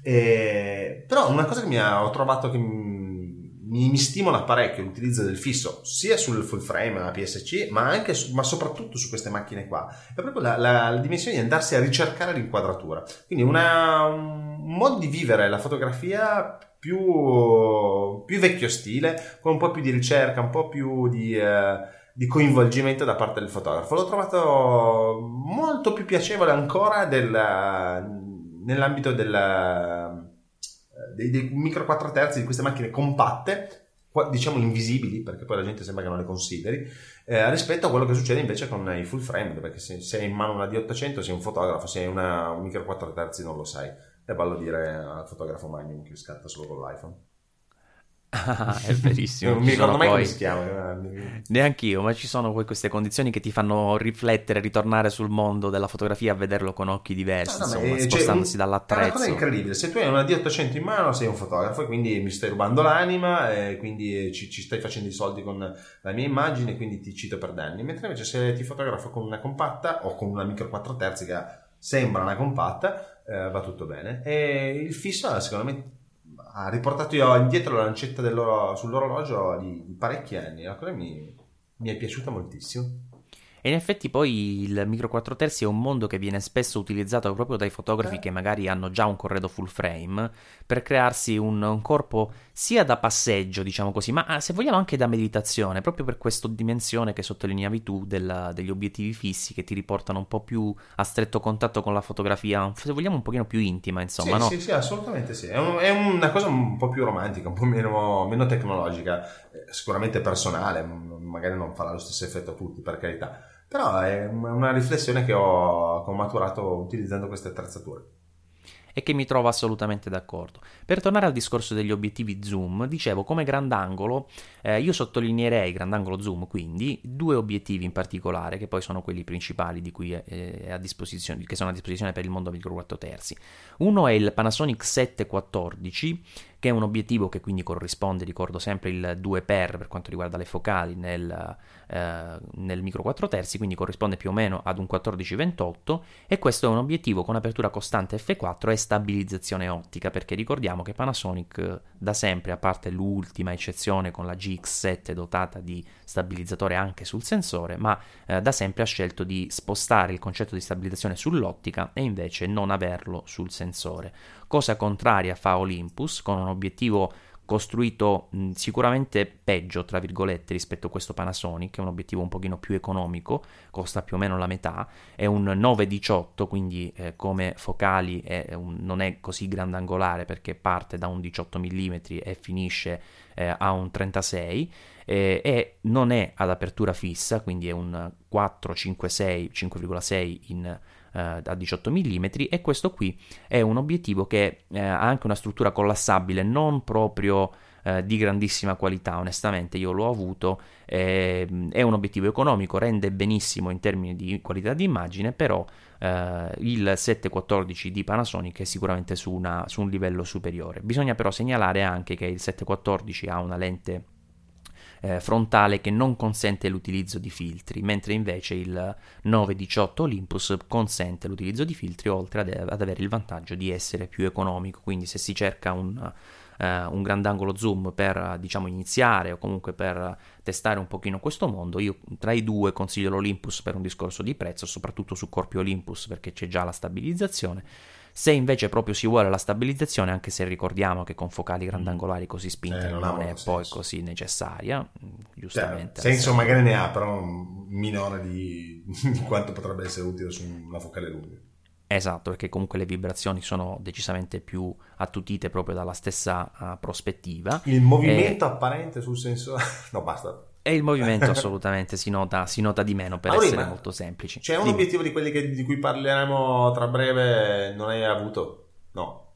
E, però una cosa che mi ha, ho trovato che mi, mi stimola parecchio l'utilizzo del fisso, sia sul full frame A P S C, ma anche su, ma soprattutto su queste macchine qua, è proprio la, la, la dimensione di andarsi a ricercare l'inquadratura, quindi una, un modo di vivere la fotografia più, più vecchio stile, con un po' più di ricerca, un po' più di, eh, di coinvolgimento da parte del fotografo. L'ho trovato molto più piacevole ancora del, nell'ambito del, dei, dei micro quattro terzi, di queste macchine compatte, diciamo invisibili, perché poi la gente sembra che non le consideri, eh, rispetto a quello che succede invece con i full frame, perché se, se hai in mano una D ottocento sei un fotografo, se hai una, un micro quattro terzi non lo sai. È bello dire al fotografo Magnum che scatta solo con l'iPhone. Ah, è verissimo. Non mi ricordo mai poi... come si chiama. Neanch'io, ma ci sono poi queste condizioni che ti fanno riflettere, ritornare sul mondo della fotografia, a vederlo con occhi diversi, no, no, insomma, spostandosi cioè, dall'attrezzo. È una cosa incredibile. Se tu hai una D ottocento in mano sei un fotografo e quindi mi stai rubando l'anima e quindi ci, ci stai facendo i soldi con la mia immagine, quindi ti cito per danni. Mentre invece se ti fotografo con una compatta o con una micro quattro terzi che sembra una compatta, eh, va tutto bene. E il fisso secondo me ha riportato io indietro la lancetta sull'orologio di, di parecchi anni. La cosa mi, mi è piaciuta moltissimo. E in effetti poi il micro quattro terzi è un mondo che viene spesso utilizzato proprio dai fotografi Eh. che magari hanno già un corredo full frame per crearsi un, un corpo sia da passeggio, diciamo così, ma ah, se vogliamo anche da meditazione, proprio per questa dimensione che sottolineavi tu della- degli obiettivi fissi che ti riportano un po' più a stretto contatto con la fotografia, se vogliamo un pochino più intima, insomma, Sì, no? sì, sì, assolutamente sì. È, un- è una cosa un po' più romantica, un po' meno, meno tecnologica, eh, sicuramente personale, m- magari non farà lo stesso effetto a tutti, per carità. Però è una riflessione che ho, che ho maturato utilizzando queste attrezzature. E che mi trovo assolutamente d'accordo. Per tornare al discorso degli obiettivi zoom, dicevo come grandangolo, eh, io sottolineerei grandangolo zoom, quindi due obiettivi in particolare, che poi sono quelli principali di cui è, è a disposizione, che sono a disposizione per il mondo micro quattro terzi. Uno è il Panasonic sette quattordici, che è un obiettivo che quindi corrisponde, ricordo sempre, il due per per quanto riguarda le focali nel, eh, nel micro quattro terzi, quindi corrisponde più o meno ad un quattordici ventotto, e questo è un obiettivo con apertura costante effe quattro e stabilizzazione ottica, perché ricordiamo che Panasonic da sempre, a parte l'ultima eccezione con la G X sette dotata di stabilizzatore anche sul sensore, ma eh, da sempre ha scelto di spostare il concetto di stabilizzazione sull'ottica e invece non averlo sul sensore. Cosa contraria fa Olympus, con un obiettivo costruito mh, sicuramente peggio, tra virgolette, rispetto a questo Panasonic, è un obiettivo un pochino più economico, costa più o meno la metà, è un nove diciotto, quindi eh, come focali è un, non è così grandangolare perché parte da un diciotto millimetri e finisce eh, a un trentasei, eh, e non è ad apertura fissa, quindi è un quattro cinque sei cinque virgola sei in eh, a diciotto millimetri, e questo qui è un obiettivo che eh, ha anche una struttura collassabile non proprio eh, di grandissima qualità, onestamente io l'ho avuto, eh, è un obiettivo economico, rende benissimo in termini di qualità di immagine, però eh, il sette quattordici di Panasonic è sicuramente su, una, su un livello superiore. Bisogna però segnalare anche che il sette quattordici ha una lente Eh, frontale che non consente l'utilizzo di filtri, mentre invece il nove diciotto Olympus consente l'utilizzo di filtri, oltre ad, ad avere il vantaggio di essere più economico. Quindi se si cerca un, uh, un grandangolo zoom per, diciamo, iniziare o comunque per testare un pochino questo mondo, io tra i due consiglio l'Olympus per un discorso di prezzo, soprattutto su corpi Olympus perché c'è già la stabilizzazione. Se invece proprio si vuole la stabilizzazione, anche se ricordiamo che con focali grandangolari così spinte Eh, non non ha è molto poi senso. così necessaria, giustamente. Cioè, senso magari ne ha, però minore di, di quanto potrebbe essere utile su una focale lunga. Esatto, perché comunque le vibrazioni sono decisamente più attutite proprio dalla stessa uh, prospettiva. Il movimento e... apparente sul sensore... No, basta. E il movimento assolutamente si nota, si nota di meno per allora, essere molto semplici. C'è un Dimmi. obiettivo di quelli che, di cui parleremo tra breve, non hai avuto? No.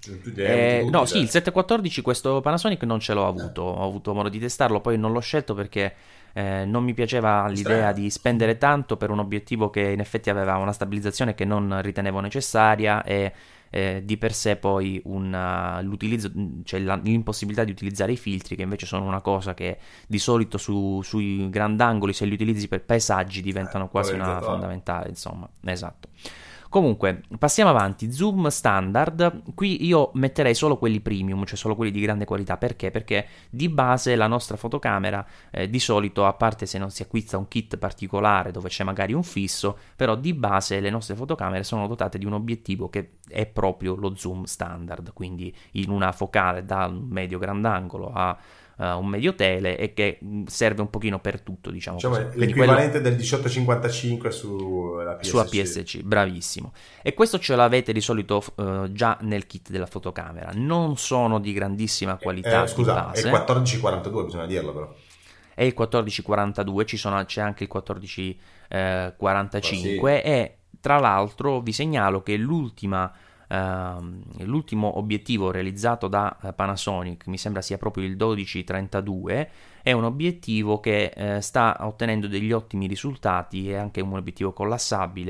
Eh, no, sì, il sette quattordici questo Panasonic non ce l'ho avuto, ho avuto modo di testarlo, poi non l'ho scelto perché eh, non mi piaceva l'idea di spendere tanto per un obiettivo che in effetti aveva una stabilizzazione che non ritenevo necessaria e eh, di per sé poi una, l'utilizzo, cioè la, l'impossibilità di utilizzare i filtri, che invece sono una cosa che di solito su, sui grandangoli, se li utilizzi per paesaggi, diventano quasi una fondamentale, insomma, esatto. Comunque, passiamo avanti. Zoom standard, qui io metterei solo quelli premium, cioè solo quelli di grande qualità. Perché? Perché di base la nostra fotocamera, eh, di solito, a parte se non si acquista un kit particolare dove c'è magari un fisso, però di base le nostre fotocamere sono dotate di un obiettivo che è proprio lo zoom standard, quindi in una focale da un medio grandangolo a Uh, un medio tele, e che serve un pochino per tutto, diciamo, diciamo così. L'equivalente quello... del diciotto cinquantacinque sulla P S C. Su A P S C, bravissimo. E questo ce l'avete di solito uh, già nel kit della fotocamera. Non sono di grandissima qualità. Eh, scusa, di base. È il quattordici quarantadue, bisogna dirlo però. È il quattordici quarantadue, ci sono, c'è anche il quattordici quarantacinque, eh, sì. E tra l'altro vi segnalo che l'ultima Uh, l'ultimo obiettivo realizzato da uh, Panasonic, mi sembra sia proprio il dodici trentadue, è un obiettivo che uh, sta ottenendo degli ottimi risultati, è anche un obiettivo collassabile,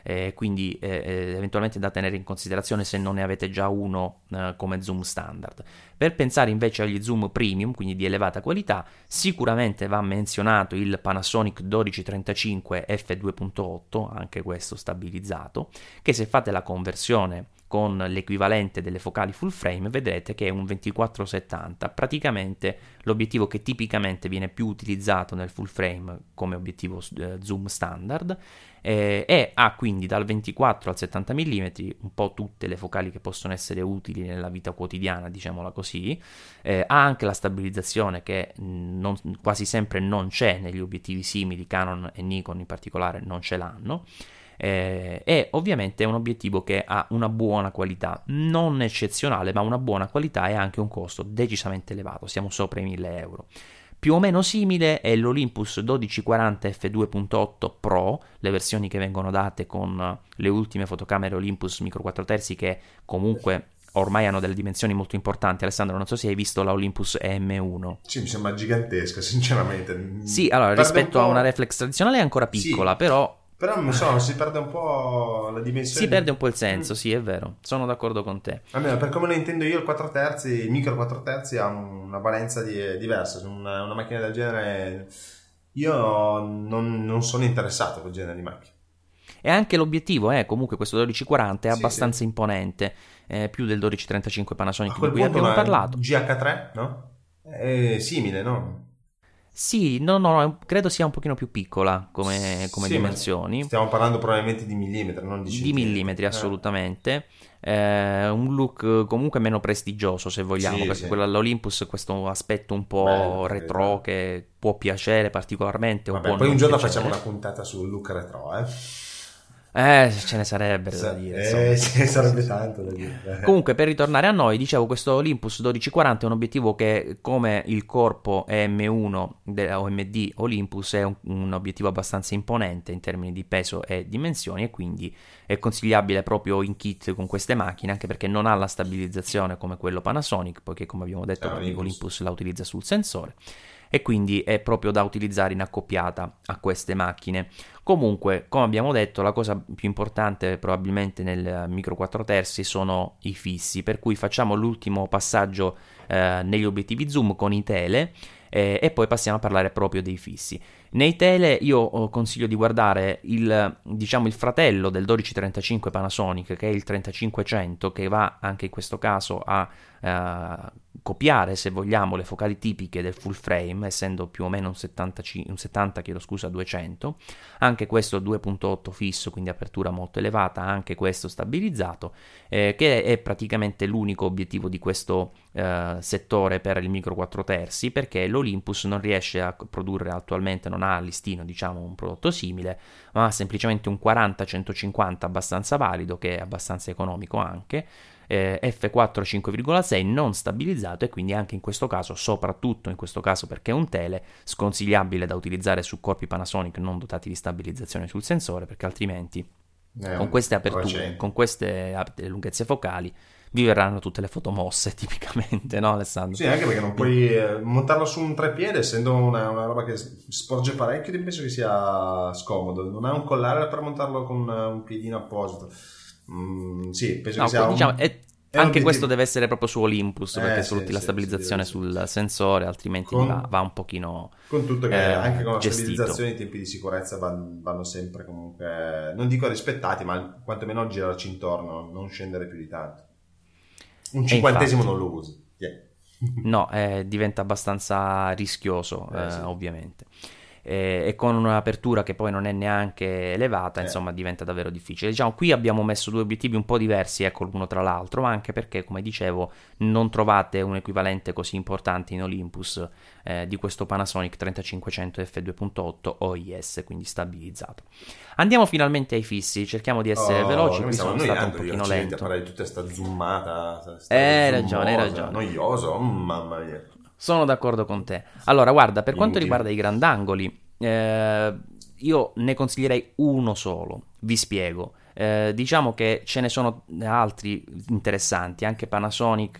eh, quindi eh, eventualmente da tenere in considerazione se non ne avete già uno eh, come zoom standard. Per pensare invece agli zoom premium, quindi di elevata qualità, sicuramente va menzionato il Panasonic dodici trentacinque effe due punto otto, anche questo stabilizzato, che se fate la conversione con l'equivalente delle focali full frame vedrete che è un ventiquattro settanta, praticamente l'obiettivo che tipicamente viene più utilizzato nel full frame come obiettivo eh, zoom standard, eh, e ha quindi dal ventiquattro al settanta millimetri un po' tutte le focali che possono essere utili nella vita quotidiana, diciamola così. Eh, ha anche la stabilizzazione che non, quasi sempre non c'è negli obiettivi simili, Canon e Nikon in particolare non ce l'hanno. Eh, e ovviamente è un obiettivo che ha una buona qualità, non eccezionale, ma una buona qualità e anche un costo decisamente elevato, siamo sopra i mille euro. Più o meno simile è l'Olympus dodici quaranta effe due punto otto Pro, le versioni che vengono date con le ultime fotocamere Olympus micro quattro terzi che comunque ormai hanno delle dimensioni molto importanti. Alessandro, non so se hai visto la Olympus E M uno. Sì, mi sembra gigantesca, sinceramente. Sì, allora, Perde rispetto un a po'... una reflex tradizionale è ancora piccola, sì. però... Però non so, si perde un po' la dimensione. Si perde un po' il senso, sì, è vero. Sono d'accordo con te. Almeno per come lo intendo io, il quattro terzi, il micro quattro terzi ha una valenza di, diversa. Una, una macchina del genere, io non, non sono interessato a quel genere di macchina. E anche l'obiettivo è, eh, comunque questo dodici quaranta è sì, abbastanza sì. imponente, eh, più del dodici trentacinque Panasonic A quel di cui punto abbiamo parlato. G H tre, no? È simile, no? Sì, no, no, credo sia un pochino più piccola come, come sì, dimensioni. Stiamo parlando probabilmente di millimetri, non di centimetri. Di millimetri, assolutamente. Eh. Eh, un look comunque meno prestigioso, se vogliamo, sì, perché sì. quello all'Olympus questo aspetto un po' Bello, retro che può piacere particolarmente. Vabbè, o può poi un giorno piacere. facciamo una puntata sul look retro, eh? Eh, ce ne sarebbero S- da dire. Eh, sì, sarebbe tanto da dire. Comunque, per ritornare a noi, dicevo, questo Olympus dodici quaranta è un obiettivo che, come il corpo E M uno della O M D Olympus, è un, un obiettivo abbastanza imponente in termini di peso e dimensioni, e quindi è consigliabile proprio in kit con queste macchine, anche perché non ha la stabilizzazione come quello Panasonic, poiché, come abbiamo detto, Ah, Olympus. Olympus la utilizza sul sensore, e quindi è proprio da utilizzare in accoppiata a queste macchine. Comunque, come abbiamo detto, la cosa più importante probabilmente nel micro quattro terzi sono i fissi, per cui facciamo l'ultimo passaggio eh, negli obiettivi zoom con i tele, eh, e poi passiamo a parlare proprio dei fissi. Nei tele io oh, consiglio di guardare il, diciamo, il fratello del dodici trentacinque Panasonic, che è il trentacinquecento, che va anche in questo caso a eh, copiare, se vogliamo, le focali tipiche del full frame, essendo più o meno un, settantacinque, un settanta, chiedo scusa, duecento. Anche questo due punto otto fisso, quindi apertura molto elevata, anche questo stabilizzato, eh, che è praticamente l'unico obiettivo di questo eh, settore per il micro quattro terzi, perché l'Olympus non riesce a produrre attualmente, non ha a listino, diciamo, un prodotto simile, ma ha semplicemente un quaranta centocinquanta abbastanza valido, che è abbastanza economico anche, eh, effe quattro cinque virgola sei non stabilizzato, e quindi anche in questo caso, soprattutto in questo caso perché è un tele, sconsigliabile da utilizzare su corpi Panasonic non dotati di stabilizzazione sul sensore, perché altrimenti Eh, con queste aperture, recente. con queste lunghezze focali vi verranno tutte le foto mosse tipicamente, no Alessandro? Sì, anche perché non puoi eh, montarlo su un treppiede, essendo una, una roba che sporge parecchio, ti penso che sia scomodo. Non ha un collare per montarlo con un piedino apposito. Mm, sì, penso No, che sia diciamo, un... è, è anche un obiettivo- questo deve essere proprio su Olympus, Eh, perché sì, sfrutti la sì, stabilizzazione sì, sì, sul sensore, altrimenti Con- va, va un pochino Con tutto che eh, anche con la gestito. stabilizzazione i tempi di sicurezza van- vanno sempre comunque, non dico rispettati, ma quantomeno girarci intorno, non scendere più di tanto. Un E cinquantesimo infatti- non lo usi. Yeah. No, eh, diventa abbastanza rischioso, Eh, eh, sì. ovviamente. E, e con un'apertura che poi non è neanche elevata, Eh. insomma, diventa davvero difficile. Diciamo, qui abbiamo messo due obiettivi un po' diversi, ecco, l'uno tra l'altro, ma anche perché, come dicevo, non trovate un equivalente così importante in Olympus eh, di questo Panasonic trentacinquecento effe due punto otto O I S, quindi stabilizzato. Andiamo finalmente ai fissi, cerchiamo di essere Oh, veloci, io mi qui stavo sono stato un annoiando io, pochino accidenti, a lento. parlare di tutta sta zoomata. sta Eh, hai zoomosa, ragione, hai ragione. Noioso, mm, mamma mia. Sono d'accordo con te. Allora, guarda, per quanto Inutile. riguarda i grandangoli, eh, io ne consiglierei uno solo. Vi spiego. Eh, diciamo che ce ne sono altri interessanti, anche Panasonic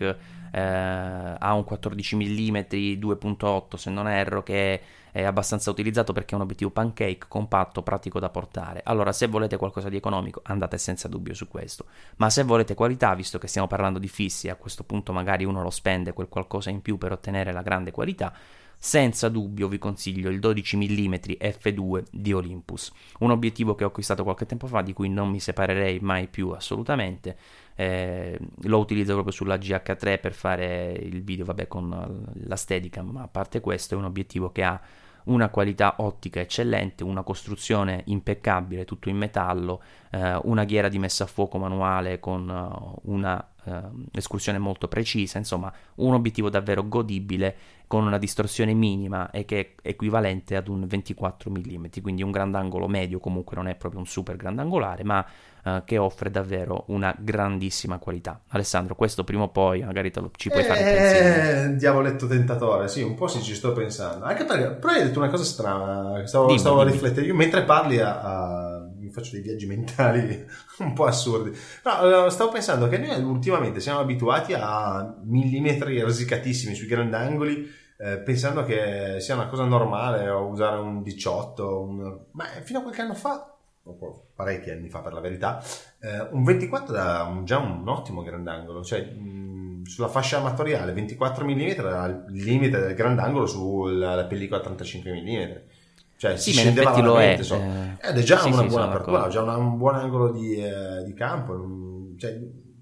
eh, ha un quattordici millimetri due virgola otto se non erro, che è abbastanza utilizzato perché è un obiettivo pancake, compatto, pratico da portare. Allora, se volete qualcosa di economico, andate senza dubbio su questo, ma se volete qualità, visto che stiamo parlando di fissi e a questo punto magari uno lo spende quel qualcosa in più per ottenere la grande qualità, senza dubbio vi consiglio il dodici millimetri effe due di Olympus, un obiettivo che ho acquistato qualche tempo fa, di cui non mi separerei mai più assolutamente. Eh, lo utilizzo proprio sulla G H tre per fare il video, vabbè, con la Steadicam, ma a parte questo è un obiettivo che ha una qualità ottica eccellente, una costruzione impeccabile, tutto in metallo, eh, una ghiera di messa a fuoco manuale con uh, una uh, escursione molto precisa, insomma un obiettivo davvero godibile, con una distorsione minima e che è equivalente ad un ventiquattro millimetri, quindi un grandangolo medio, comunque non è proprio un super grandangolare, ma uh, che offre davvero una grandissima qualità. Alessandro, questo prima o poi magari te lo, ci puoi eh, fare un pensiero. Diavoletto tentatore, sì, un po' sì, ci sto pensando, anche perché però hai detto una cosa strana, stavo, Dimmi, stavo a dimmi. riflettere, io mentre parli a, a... mi faccio dei viaggi mentali un po' assurdi. No, stavo pensando che noi ultimamente siamo abituati a millimetri risicatissimi sui grandangoli, eh, pensando che sia una cosa normale o usare un diciotto, un... ma fino a qualche anno fa, parecchi anni fa per la verità, eh, un ventiquattro era un, già un ottimo grandangolo, cioè mh, sulla fascia amatoriale ventiquattro millimetri era il limite del grandangolo sulla pellicola trentacinque millimetri. Cioè Sì, si ma in scendeva effetti lo è. so. eh, ed è già sì, una sì, buona sono apertura, d'accordo. già una, un buon angolo di, eh, di campo, mm, cioè,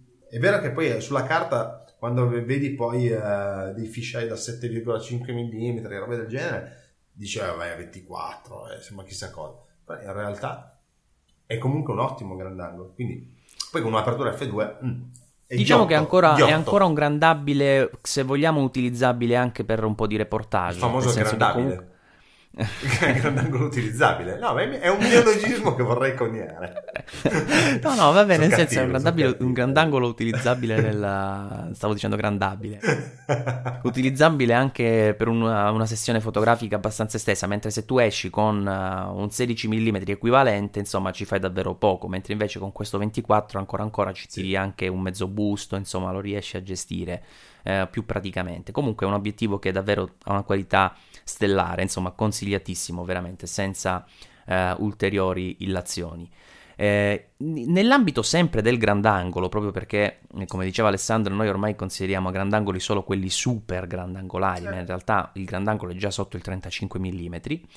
è vero che poi sulla carta quando vedi poi eh, dei fisheye da sette virgola cinque millimetri, robe del genere, dici eh, vai a ventiquattro, eh, sembra chissà cosa, però in realtà è comunque un ottimo grandangolo, quindi poi con un'apertura effe due mm, è Diciamo ghiotto, che ancora, è ghiotto. ancora un grandabile, se vogliamo utilizzabile anche per un po' di reportage. Il famoso nel senso che grandabile. comunque... grandangolo utilizzabile, no, ma è un neologismo che vorrei coniare. no no va bene, Sono nel senso cattivo, è un, grandabile, sono un grandangolo utilizzabile nella... stavo dicendo grandabile utilizzabile anche per una, una sessione fotografica abbastanza estesa, mentre se tu esci con uh, un sedici millimetri equivalente, insomma ci fai davvero poco, mentre invece con questo ventiquattro ancora ancora ci tiri sì. anche un mezzo busto, insomma lo riesci a gestire eh, più praticamente. Comunque è un obiettivo che davvero ha una qualità stellare, insomma consigliatissimo veramente, senza eh, ulteriori illazioni. Eh, nell'ambito sempre del grandangolo, proprio perché come diceva Alessandro noi ormai consideriamo grandangoli solo quelli super grandangolari, Sì. ma in realtà il grandangolo è già sotto il trentacinque millimetri.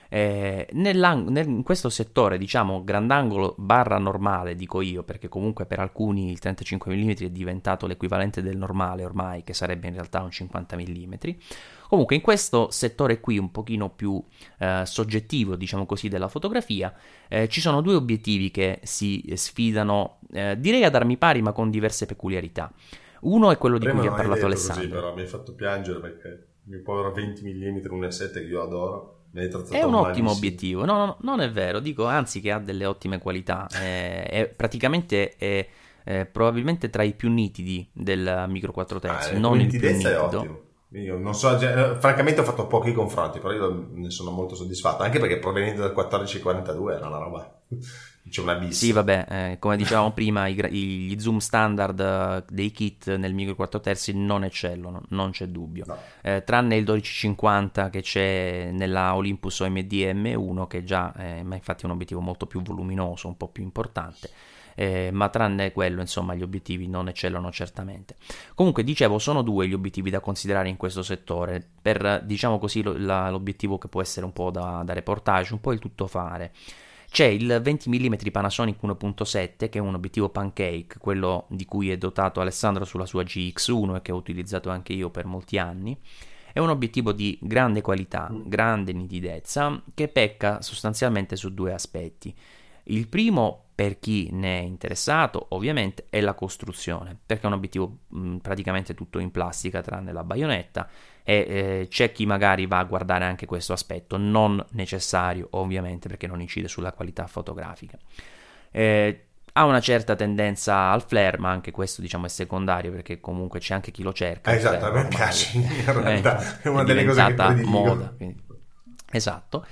Eh, nel, in questo settore, diciamo grandangolo barra normale, dico io, perché comunque per alcuni il trentacinque millimetri è diventato l'equivalente del normale ormai, che sarebbe in realtà un cinquanta millimetri. Comunque in questo settore qui un pochino più eh, soggettivo, diciamo così, della fotografia, eh, ci sono due obiettivi che si sfidano, eh, direi ad armi pari ma con diverse peculiarità. Uno è quello di Prima cui vi ha parlato Alessandro. Così, però mi hai fatto piangere perché il mio povero venti millimetri uno virgola sette che io adoro è un ottimo obiettivo, no, no, non è vero, dico anzi che ha delle ottime qualità, è, è praticamente è, è probabilmente tra i più nitidi del micro quattro terzi, ah, non il più nitido. È ottimo. Io non so, francamente ho fatto pochi confronti, però io ne sono molto soddisfatto, anche perché provenendo dal quattordici quarantadue era una roba, c'è un abisso. Sì, vabbè, eh, come dicevamo prima, i, gli zoom standard dei kit nel micro quattro terzi non eccellono, non c'è dubbio, no. eh, tranne il dodici cinquanta che c'è nella Olympus O M D M uno, che già eh, ma infatti è un obiettivo molto più voluminoso, un po' più importante. Eh, ma tranne quello, insomma, gli obiettivi non eccellono certamente. Comunque, dicevo, sono due gli obiettivi da considerare in questo settore, per, diciamo così, lo, la, l'obiettivo che può essere un po' da, da reportage, un po' il tuttofare. C'è il venti millimetri Panasonic uno virgola sette, che è un obiettivo pancake, quello di cui è dotato Alessandro sulla sua G X uno e che ho utilizzato anche io per molti anni. È un obiettivo di grande qualità, grande nitidezza, che pecca sostanzialmente su due aspetti. Il primo, per chi ne è interessato, ovviamente, è la costruzione, perché è un obiettivo mh, praticamente tutto in plastica tranne la baionetta, e eh, c'è chi magari va a guardare anche questo aspetto, non necessario ovviamente perché non incide sulla qualità fotografica. Eh, ha una certa tendenza al flare, ma anche questo diciamo è secondario perché comunque c'è anche chi lo cerca. Eh, esatto, a me piace, in realtà eh, è una delle cose che prediligo. moda, quindi... esatto.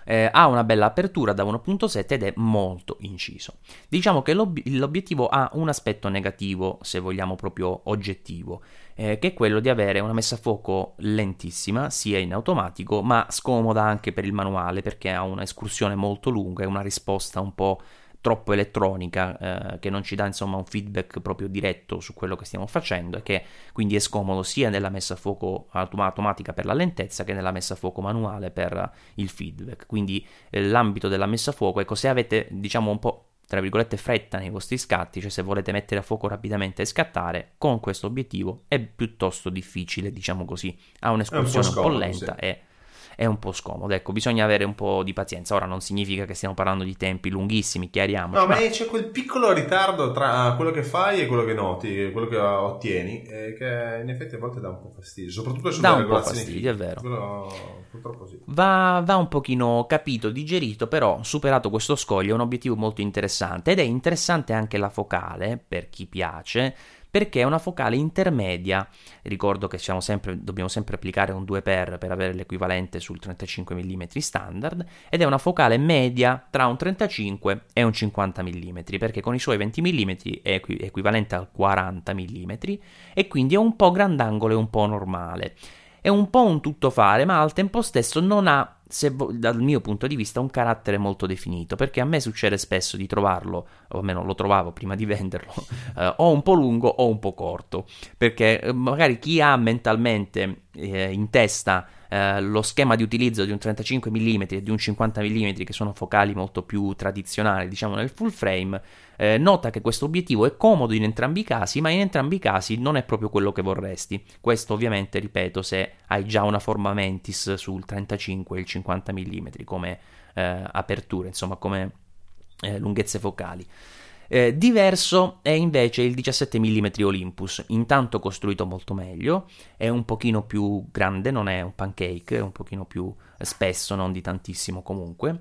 Eh, ha una bella apertura da uno virgola sette ed è molto inciso. Diciamo che l'ob- l'obiettivo ha un aspetto negativo, se vogliamo proprio oggettivo, eh, che è quello di avere una messa a fuoco lentissima, sia in automatico, ma scomoda anche per il manuale, perché ha un'escursione molto lunga e una risposta un po' troppo elettronica, eh, che non ci dà insomma un feedback proprio diretto su quello che stiamo facendo, e che quindi è scomodo sia nella messa a fuoco autom- automatica per la lentezza che nella messa a fuoco manuale per il feedback. Quindi eh, l'ambito della messa a fuoco, ecco, se avete diciamo un po' tra virgolette fretta nei vostri scatti, cioè se volete mettere a fuoco rapidamente e scattare, con questo obiettivo è piuttosto difficile, diciamo così, ha un'escursione un po', scomodo, lenta sì. e è un po' scomodo, ecco, bisogna avere un po' di pazienza. Ora non significa che stiamo parlando di tempi lunghissimi, chiariamoci. No, ma ma c'è quel piccolo ritardo tra quello che fai e quello che noti, quello che ottieni, eh, che in effetti a volte dà un po' fastidio, soprattutto sulle dà un po' regolazioni fastidio, è fine. vero. Quello, purtroppo sì. Va, va un pochino capito, digerito, però superato questo scoglio è un obiettivo molto interessante, ed è interessante anche la focale, per chi piace, perché è una focale intermedia. Ricordo che siamo sempre, dobbiamo sempre applicare un due x per avere l'equivalente sul trentacinque millimetri standard, ed è una focale media tra un trentacinque e un cinquanta millimetri, perché con i suoi venti millimetri è equi- equivalente al quaranta millimetri, e quindi è un po' grandangolo e un po' normale. È un po' un tuttofare, ma al tempo stesso non ha, se vo- dal mio punto di vista, un carattere molto definito, perché a me succede spesso di trovarlo, o almeno lo trovavo prima di venderlo, eh, o un po' lungo o un po' corto, perché eh, magari chi ha mentalmente eh, in testa eh, lo schema di utilizzo di un trentacinque millimetri e di un cinquanta millimetri, che sono focali molto più tradizionali, diciamo nel full frame, eh, nota che questo obiettivo è comodo in entrambi i casi, ma in entrambi i casi non è proprio quello che vorresti. Questo ovviamente, ripeto, se hai già una forma mentis sul trentacinque e il cinquanta millimetri come eh, aperture, insomma come eh, lunghezze focali. Eh, diverso è invece il diciassette millimetri Olympus, intanto costruito molto meglio, è un pochino più grande, non è un pancake, è un pochino più spesso, non di tantissimo comunque.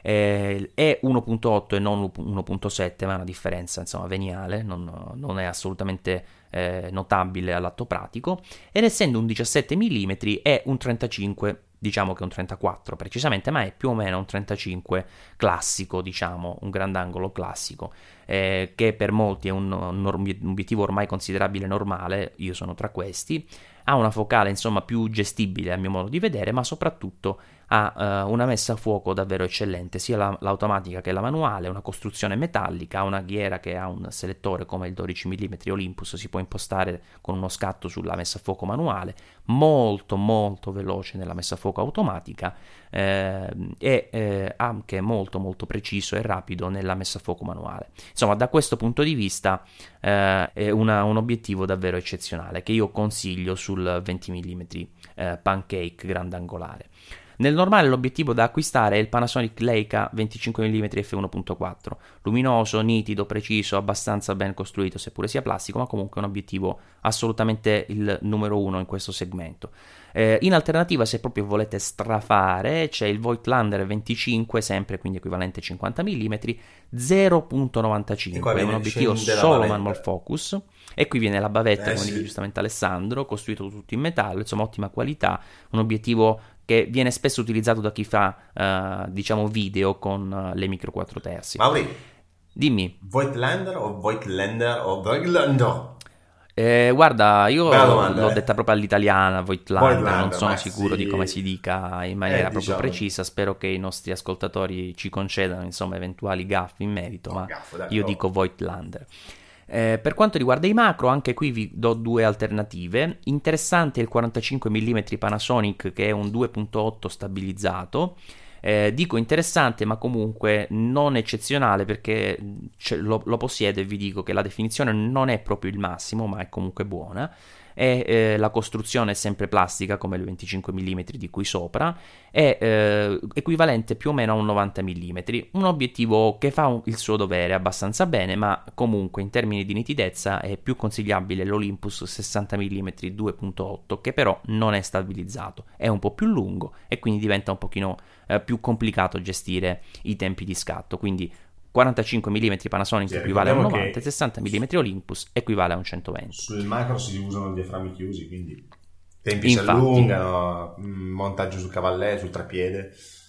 Eh, è uno virgola otto e non uno virgola sette, ma è una differenza insomma veniale, non, non è assolutamente eh, notabile all'atto pratico, ed essendo un diciassette millimetri è un trentacinque, diciamo che un trentaquattro precisamente, ma è più o meno un trentacinque classico, diciamo un grandangolo classico, eh, che per molti è un, un obiettivo ormai considerabile normale, io sono tra questi. Ha una focale insomma più gestibile a mio modo di vedere, ma soprattutto ha uh, una messa a fuoco davvero eccellente, sia la, l'automatica che la manuale, una costruzione metallica, ha una ghiera che ha un selettore come il dodici millimetri Olympus, si può impostare con uno scatto sulla messa a fuoco manuale, molto molto veloce nella messa a fuoco automatica, eh, e eh, anche molto molto preciso e rapido nella messa a fuoco manuale. Insomma, da questo punto di vista eh, è una, un obiettivo davvero eccezionale, che io consiglio sul venti millimetri eh, pancake grandangolare. Nel normale l'obiettivo da acquistare è il Panasonic Leica venticinque millimetri effe uno virgola quattro, luminoso, nitido, preciso, abbastanza ben costruito, seppure sia plastico, ma comunque un obiettivo assolutamente il numero uno in questo segmento. Eh, in alternativa, se proprio volete strafare, c'è il Voigtlander venticinque, sempre quindi equivalente cinquanta millimetri, zero virgola novantacinque, è un obiettivo solo manual focus, e qui viene la bavetta, eh, come sì. dice giustamente Alessandro, costruito tutto in metallo, insomma ottima qualità, un obiettivo che viene spesso utilizzato da chi fa, uh, diciamo, video con uh, le micro quattro terzi. Mauri, dimmi. Voigtlander o Voigtlander o Voigtlander? Eh, guarda, io domanda, l'ho eh? detta proprio all'italiana, Voigtlander, Voigtlander, non sono ma sicuro sì. di come si dica in maniera Eh, proprio diciamo. precisa, spero che i nostri ascoltatori ci concedano, insomma, eventuali gaffe in merito, No, ma gaffo, dai, io no. dico Voigtlander. Eh, per quanto riguarda i macro, anche qui vi do due alternative. Interessante il quarantacinque millimetri Panasonic, che è un due virgola otto stabilizzato. Eh, dico interessante, ma comunque non eccezionale, perché lo, lo possiedo e vi dico che la definizione non è proprio il massimo, ma è comunque buona. E eh, la costruzione è sempre plastica come il venticinque millimetri di qui sopra, è eh, equivalente più o meno a un novanta millimetri, un obiettivo che fa un, il suo dovere abbastanza bene, ma comunque in termini di nitidezza è più consigliabile l'Olympus sessanta millimetri due virgola otto, che però non è stabilizzato, è un po' più lungo e quindi diventa un pochino eh, più complicato gestire i tempi di scatto, quindi quarantacinque millimetri Panasonic Sì, equivale a un ricordiamo novanta, che sessanta millimetri Olympus equivale a un centoventi. Sul macro si usano diaframmi chiusi, quindi tempi Infatti. si allungano, montaggio sul cavallè, sul treppiede,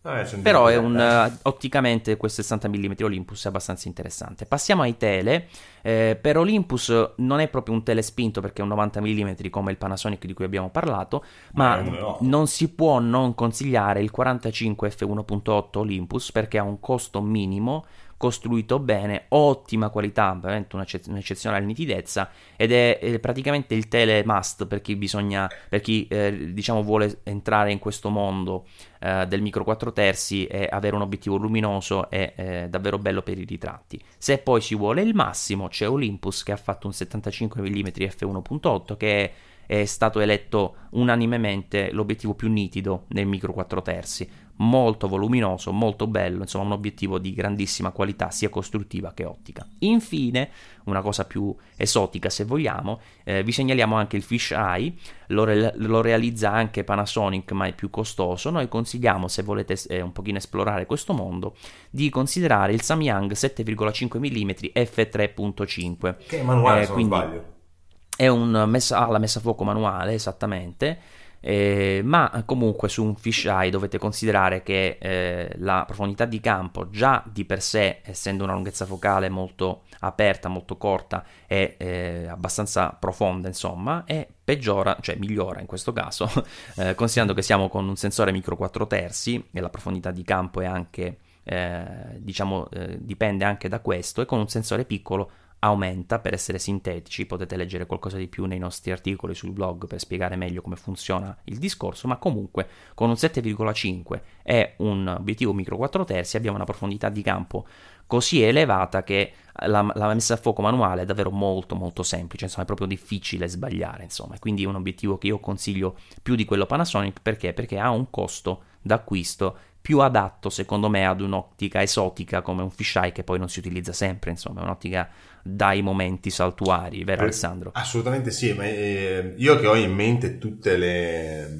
Eh, sono Però è delle un, curiosità. uh, otticamente questo sessanta millimetri Olympus è abbastanza interessante. Passiamo ai tele. Eh, per Olympus non è proprio un telespinto perché è un novanta millimetri come il Panasonic di cui abbiamo parlato, Ma è ma uno virgola otto. non si può non consigliare il quarantacinque effe uno punto otto Olympus perché ha un costo minimo, costruito bene, ottima qualità, veramente un'ecce- un'eccezionale nitidezza, ed è, è praticamente il tele must per chi bisogna, per chi eh, diciamo vuole entrare in questo mondo eh, del micro quattro terzi e avere un obiettivo luminoso e eh, davvero bello per i ritratti. Se poi si vuole il massimo, c'è Olympus che ha fatto un settantacinque millimetri effe uno punto otto che è, è stato eletto unanimemente l'obiettivo più nitido nel micro quattro terzi, molto voluminoso, molto bello, insomma un obiettivo di grandissima qualità sia costruttiva che ottica. Infine, una cosa più esotica se vogliamo, eh, vi segnaliamo anche il Fish Eye, lo, re- lo realizza anche Panasonic ma è più costoso. Noi consigliamo, se volete eh, un pochino esplorare questo mondo, di considerare il Samyang sette virgola cinque millimetri effe tre punto cinque, Che è manuale, eh, se non quindi sbaglio. è un messa, ha la messa a fuoco manuale esattamente, eh, ma comunque su un fisheye dovete considerare che eh, la profondità di campo già di per sé, essendo una lunghezza focale molto aperta, molto corta, è eh, abbastanza profonda, insomma, e peggiora, cioè migliora in questo caso, eh, considerando che siamo con un sensore micro quattro terzi e la profondità di campo è anche, eh, diciamo, eh, dipende anche da questo, e con un sensore piccolo aumenta. Per essere sintetici, potete leggere qualcosa di più nei nostri articoli sul blog per spiegare meglio come funziona il discorso, ma comunque con un sette virgola cinque e un obiettivo micro quattro terzi abbiamo una profondità di campo così elevata che la, la messa a fuoco manuale è davvero molto molto semplice, insomma è proprio difficile sbagliare, insomma, quindi è un obiettivo che io consiglio più di quello Panasonic. Perché? Perché ha un costo d'acquisto più adatto secondo me ad un'ottica esotica come un fisheye che poi non si utilizza sempre, insomma è un'ottica dai momenti saltuari, vero Eh, Alessandro? Assolutamente sì, ma eh, io che ho in mente tutte le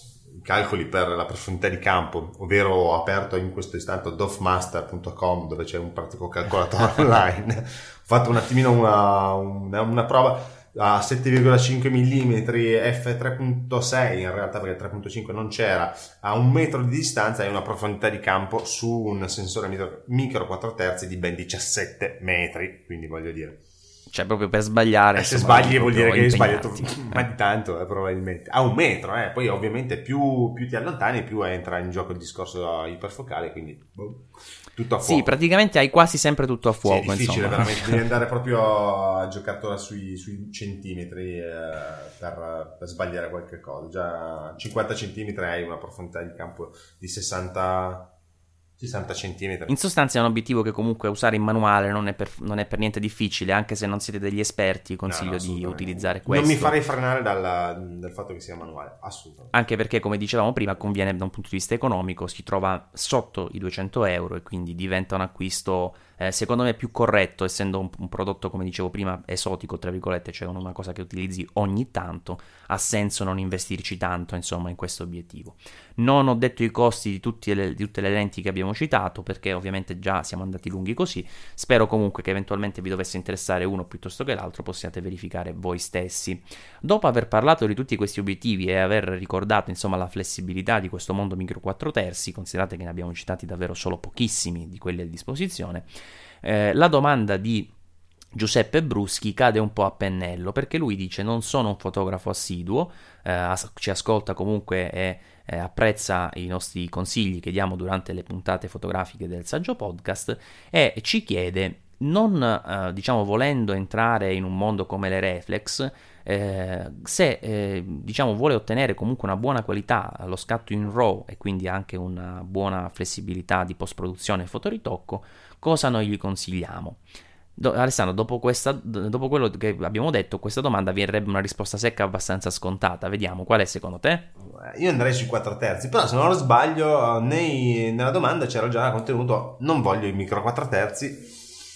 i calcoli per la profondità di campo, ovvero ho aperto in questo istante dofmaster punto com dove c'è un pratico calcolatore online, ho fatto un attimino una, una, una prova a sette virgola cinque millimetri effe tre punto sei, in realtà perché tre punto cinque non c'era, a un metro di distanza hai una profondità di campo su un sensore micro, micro quattro terzi di ben diciassette metri, quindi voglio dire, Cioè proprio per sbagliare, eh, se insomma, sbagli devi vuol dire proprio che hai sbagliato impegnarti. ma di tanto, eh, probabilmente a un metro, eh. Poi ovviamente più, più ti allontani più entra in gioco il discorso iperfocale, quindi boh, tutto a Sì, fuoco. praticamente hai quasi sempre tutto a Sì, è fuoco, difficile insomma. veramente, devi andare proprio a giocartola sui, sui centimetri, eh, per, per sbagliare qualche cosa. Già cinquanta centimetri hai una profondità di campo di sessanta, sessanta centimetri. In sostanza è un obiettivo che comunque usare in manuale non è per, non è per niente difficile, anche se non siete degli esperti, No, consiglio no, di assolutamente. utilizzare questo. Non mi farei frenare dalla- dal fatto che sia manuale, assolutamente. Anche perché, come dicevamo prima, conviene da un punto di vista economico, si trova sotto i duecento euro e quindi diventa un acquisto, eh, secondo me, più corretto, essendo un, un prodotto, come dicevo prima, esotico, tra virgolette, cioè una cosa che utilizzi ogni tanto, ha senso non investirci tanto, insomma, in questo obiettivo. Non ho detto i costi di, tutti le, di tutte le lenti che abbiamo citato, perché ovviamente già siamo andati lunghi così. Spero comunque che eventualmente vi dovesse interessare uno piuttosto che l'altro, possiate verificare voi stessi. Dopo aver parlato di tutti questi obiettivi e aver ricordato insomma la flessibilità di questo mondo micro quattro terzi, considerate che ne abbiamo citati davvero solo pochissimi di quelli a disposizione, eh, la domanda di Giuseppe Bruschi cade un po' a pennello, perché lui dice: non sono un fotografo assiduo, eh, as- ci ascolta comunque e eh, apprezza i nostri consigli che diamo durante le puntate fotografiche del Saggio Podcast, e ci chiede, non eh, diciamo volendo entrare in un mondo come le reflex, eh, se eh, diciamo vuole ottenere comunque una buona qualità allo scatto in RAW e quindi anche una buona flessibilità di post produzione e fotoritocco, cosa noi gli consigliamo? Do- Alessandro, dopo, questa, dopo quello che abbiamo detto, questa domanda vi verrebbe una risposta secca abbastanza scontata. Vediamo, qual è secondo te? Io andrei sui quattro terzi, però se non sbaglio nei, nella domanda c'era già contenuto non voglio il micro quattro terzi.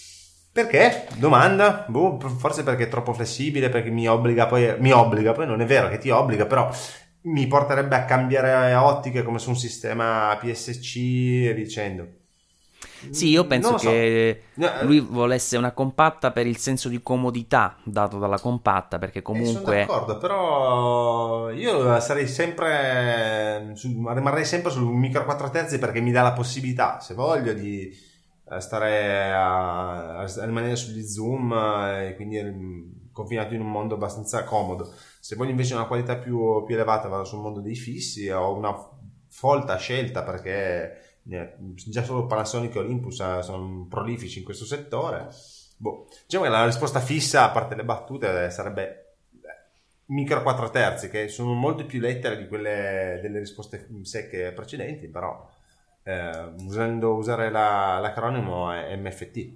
Perché? Domanda? Boh, forse perché è troppo flessibile, perché mi obbliga poi, mi obbliga, poi non è vero che ti obbliga, però mi porterebbe a cambiare ottiche come su un sistema P S C e dicendo. Sì, io penso so. che no, lui volesse una compatta per il senso di comodità dato dalla compatta, perché eh, sono comunque... d'accordo, però io sarei sempre, su- rimarrei sempre sul micro quattro terzi perché mi dà la possibilità, se voglio, di eh, stare a, a rimanere sugli zoom eh, e quindi mm, confinato in un mondo abbastanza comodo. Se voglio invece una qualità più, più elevata vado sul mondo dei fissi, ho una folta scelta perché eh, già solo Panasonic e Olympus eh, sono prolifici in questo settore. Boh. Diciamo che la risposta fissa, a parte le battute, sarebbe eh, micro quattro terzi, che sono molto più lettere di quelle delle risposte secche precedenti, però eh, usando, usare la, l'acronimo è M F T,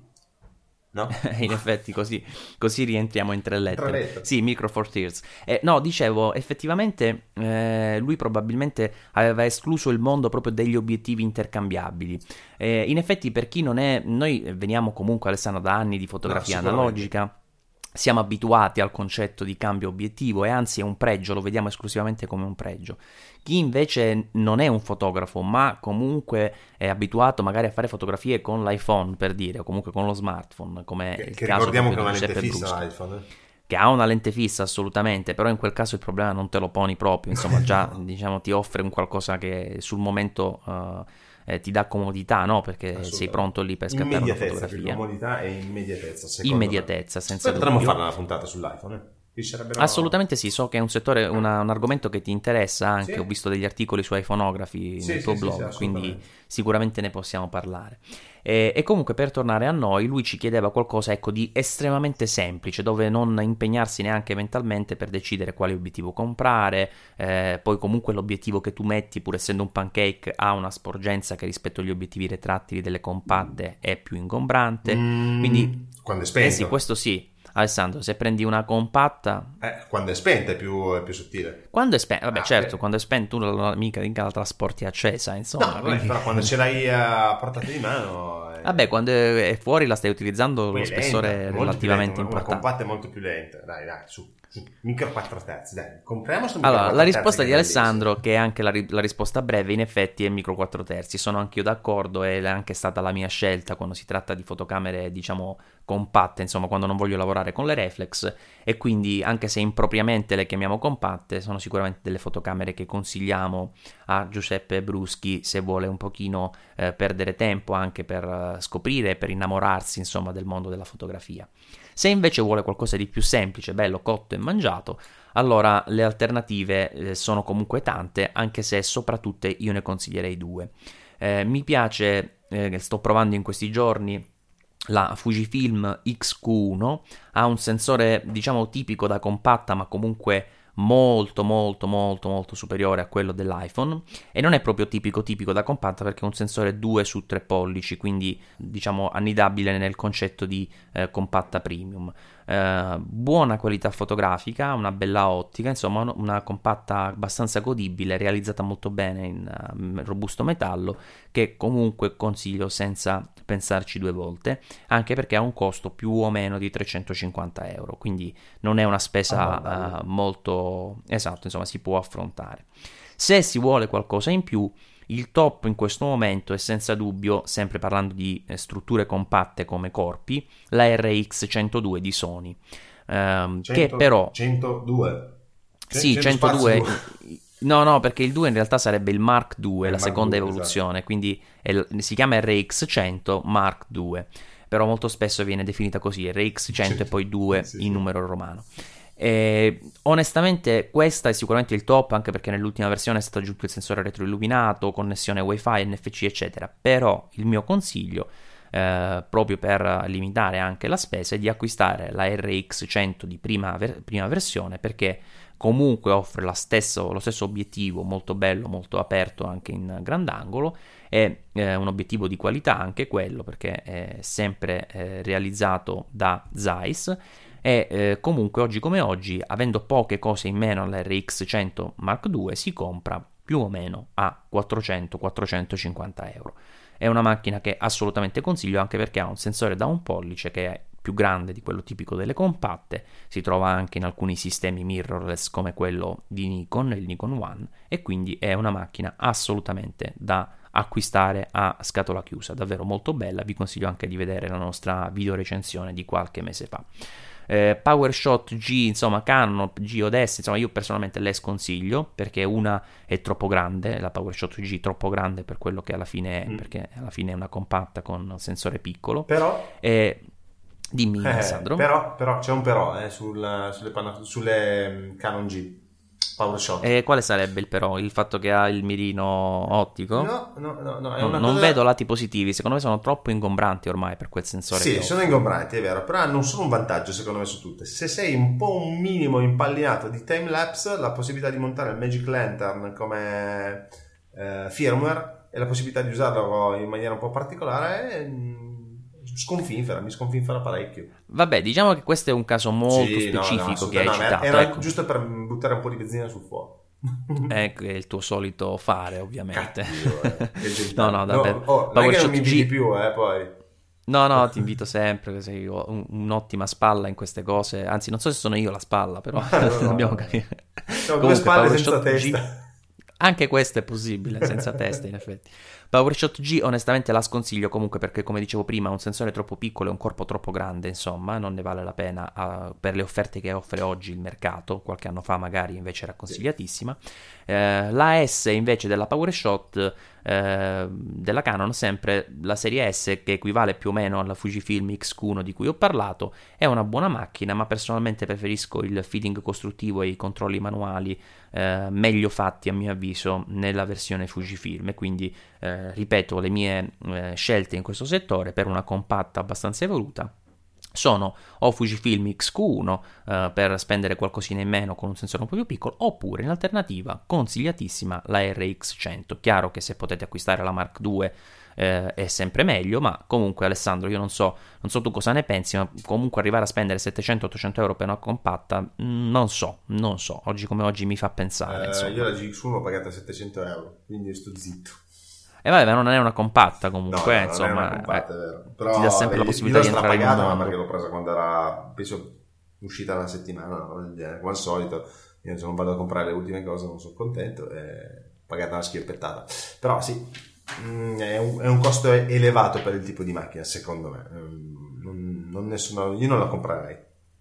no? In effetti così, così rientriamo in tre lettere. Tre lettere. Sì, Micro Four Thirds. Eh, no, dicevo, effettivamente eh, lui probabilmente aveva escluso il mondo proprio degli obiettivi intercambiabili. Eh, in effetti, per chi non è... Noi veniamo comunque, Alessandro, da anni di fotografia No, analogica. Siamo abituati al concetto di cambio obiettivo e anzi è un pregio, lo vediamo esclusivamente come un pregio. Chi invece non è un fotografo, ma comunque è abituato magari a fare fotografie con l'iPhone, per dire, o comunque con lo smartphone, come Che, il che caso ricordiamo che è proprio una di lente Giuseppe fissa Bruschi, l'iPhone. che ha una lente fissa assolutamente, però in quel caso il problema non te lo poni proprio, insomma già diciamo ti offre un qualcosa che sul momento uh, eh, ti dà comodità, no? Perché sei pronto lì per scattare una Immediatezza, più fotografia. comodità e immediatezza, secondo Immediatezza, me. senza Poi potremmo dubbio. fare una puntata sull'iPhone, eh? Ci sarebbero... Assolutamente sì, so che è un settore, una- un argomento che ti interessa anche, Sì. ho visto degli articoli su iPhonografi Sì, nel sì, tuo sì, blog, sì, quindi assolutamente. sicuramente ne possiamo parlare. E, e comunque per tornare a noi, lui ci chiedeva qualcosa ecco, di estremamente semplice, dove non impegnarsi neanche mentalmente per decidere quale obiettivo comprare, eh, poi comunque l'obiettivo che tu metti, pur essendo un pancake, ha una sporgenza che rispetto agli obiettivi retrattili delle compatte è più ingombrante, Mm, quindi... quando è Eh spento. sì, questo sì. Alessandro, se prendi una compatta, Eh, quando è spenta è più, è più sottile. quando è spento, vabbè Ah, certo, beh. quando è spento tu la- mica, mica la trasporti accesa, No, insomma, vabbè, quindi... però quando ce l'hai a portata di mano... eh, Vabbè, quando è è fuori la stai utilizzando poi lo è lenta, spessore è molto più relativamente lenta, una, una importante. compatta è molto più lenta. Dai, dai, su, su. Micro quattro terzi, dai. Compriamo sto micro Allora, quattro la terzi risposta che di è Alessandro, bellissimo. che è anche la, ri- la risposta breve, in effetti è micro quattro terzi, sono anch'io d'accordo ed è anche stata la mia scelta quando si tratta di fotocamere, diciamo, compatte, insomma, quando non voglio lavorare con le reflex, e quindi anche se impropriamente le chiamiamo compatte, sono sicuramente delle fotocamere che consigliamo a Giuseppe Bruschi se vuole un pochino eh, perdere tempo anche per eh, scoprire e per innamorarsi, insomma, del mondo della fotografia. Se invece vuole qualcosa di più semplice, bello, cotto e mangiato, allora le alternative eh, sono comunque tante, anche se soprattutto io ne consiglierei due. Eh, mi piace, eh, sto provando in questi giorni, la Fujifilm X Q uno, ha un sensore diciamo tipico da compatta ma comunque molto molto molto molto superiore a quello dell'iPhone, e non è proprio tipico tipico da compatta perché è un sensore due su tre pollici, quindi diciamo annidabile nel concetto di eh, compatta premium. Eh, buona qualità fotografica, una bella ottica, insomma una, una compatta abbastanza godibile, realizzata molto bene in uh, robusto metallo, che comunque consiglio senza pensarci due volte, anche perché ha un costo più o meno di trecentocinquanta euro, quindi non è una spesa uh, molto... esatto, insomma si può affrontare. Se si vuole qualcosa in più, il top in questo momento è senza dubbio, sempre parlando di eh, strutture compatte come corpi, la R X centodue di Sony, ehm, cento, che però... centodue. Sì, centodue... No, no, perché il due in realtà sarebbe il Mark due, il la Mark seconda due, evoluzione, esatto. Quindi è, si chiama R X cento Mark due, però molto spesso viene definita così, R X cento e poi due sì, in sì. numero romano. E, onestamente questa è sicuramente il top, anche perché nell'ultima versione è stato aggiunto il sensore retroilluminato, connessione wifi, N F C eccetera, però il mio consiglio eh, proprio per limitare anche la spesa è di acquistare la R X cento di prima, ver- prima versione, perché comunque offre la stesso, lo stesso obiettivo molto bello, molto aperto anche in grandangolo, è eh, un obiettivo di qualità anche quello, perché è sempre eh, realizzato da Zeiss, e eh, comunque oggi come oggi, avendo poche cose in meno alla R X cento Mark due, si compra più o meno a quattrocento quattrocentocinquanta euro. È una macchina che assolutamente consiglio, anche perché ha un sensore da un pollice che è più grande di quello tipico delle compatte, si trova anche in alcuni sistemi mirrorless come quello di Nikon, il Nikon One, e quindi è una macchina assolutamente da acquistare a scatola chiusa, davvero molto bella. Vi consiglio anche di vedere la nostra video recensione di qualche mese fa. Eh, PowerShot G, insomma Canon G O D S, insomma io personalmente le sconsiglio perché una è troppo grande, la PowerShot G è troppo grande per quello che alla fine è, mm. perché alla fine è una compatta con sensore piccolo. Però eh, dimmi eh, Alessandro. Però, però c'è un però eh, sul, sulle, panna, sulle Canon G PowerShot. E quale sarebbe il però? Il fatto che ha il mirino ottico? No, no, no, no è non, una non cosa... vedo lati positivi, secondo me sono troppo ingombranti ormai per quel sensore. Sì, sono ingombranti, è vero, però non sono un vantaggio secondo me su tutte. Se sei un po' un minimo impallinato di timelapse, la possibilità di montare il Magic Lantern come eh, firmware e la possibilità di usarlo in maniera un po' particolare è... sconfinfera, mi sconfinfera parecchio. Vabbè, diciamo che questo è un caso molto sì, specifico no, no, che hai no, citato. Era ecco. giusto per buttare un po' di benzina sul fuoco. Ecco, è il tuo solito fare, ovviamente. Cattivo, eh. no, no, davvero. No, oh, non è che non mi inviti G... più, eh, poi. No, no, ti invito sempre, sei un, un'ottima spalla in queste cose. Anzi, non so se sono io la spalla, però no, no, dobbiamo no. capire. Sono due spalle senza testa. G... Anche questo è possibile, senza testa in effetti. PowerShot G onestamente la sconsiglio comunque perché, come dicevo prima, ha un sensore troppo piccolo e un corpo troppo grande, insomma non ne vale la pena uh, per le offerte che offre oggi il mercato. Qualche anno fa magari invece era consigliatissima. eh, la S invece della PowerShot eh, della Canon, sempre la serie S, che equivale più o meno alla Fujifilm X Q uno di cui ho parlato, è una buona macchina, ma personalmente preferisco il feeling costruttivo e i controlli manuali eh, meglio fatti a mio avviso nella versione Fujifilm, e quindi eh, ripeto, le mie eh, scelte in questo settore per una compatta abbastanza evoluta sono o Fujifilm X Q uno eh, per spendere qualcosina in meno con un sensore un po' più piccolo, oppure in alternativa consigliatissima la R X cento. Chiaro che se potete acquistare la Mark due eh, è sempre meglio, ma comunque Alessandro, io non so, non so tu cosa ne pensi, ma comunque arrivare a spendere settecento ottocento euro per una compatta, mh, non so, non so, oggi come oggi mi fa pensare. Eh, io la G X uno l'ho pagata settecento euro, quindi sto zitto. E vabbè, ma non è una compatta comunque, no, no, insomma, non è una compatta, è vero. Però, ti dà sempre vabbè, la possibilità di entrare in un mondo. Ma perché l'ho presa quando era, penso, uscita una settimana, no? Come al solito, io se non vado a comprare le ultime cose non sono contento, e pagata una schioppettata. Però sì, mh, è, un, è un costo elevato per il tipo di macchina, secondo me. Non, non nessuno, io non la comprerei.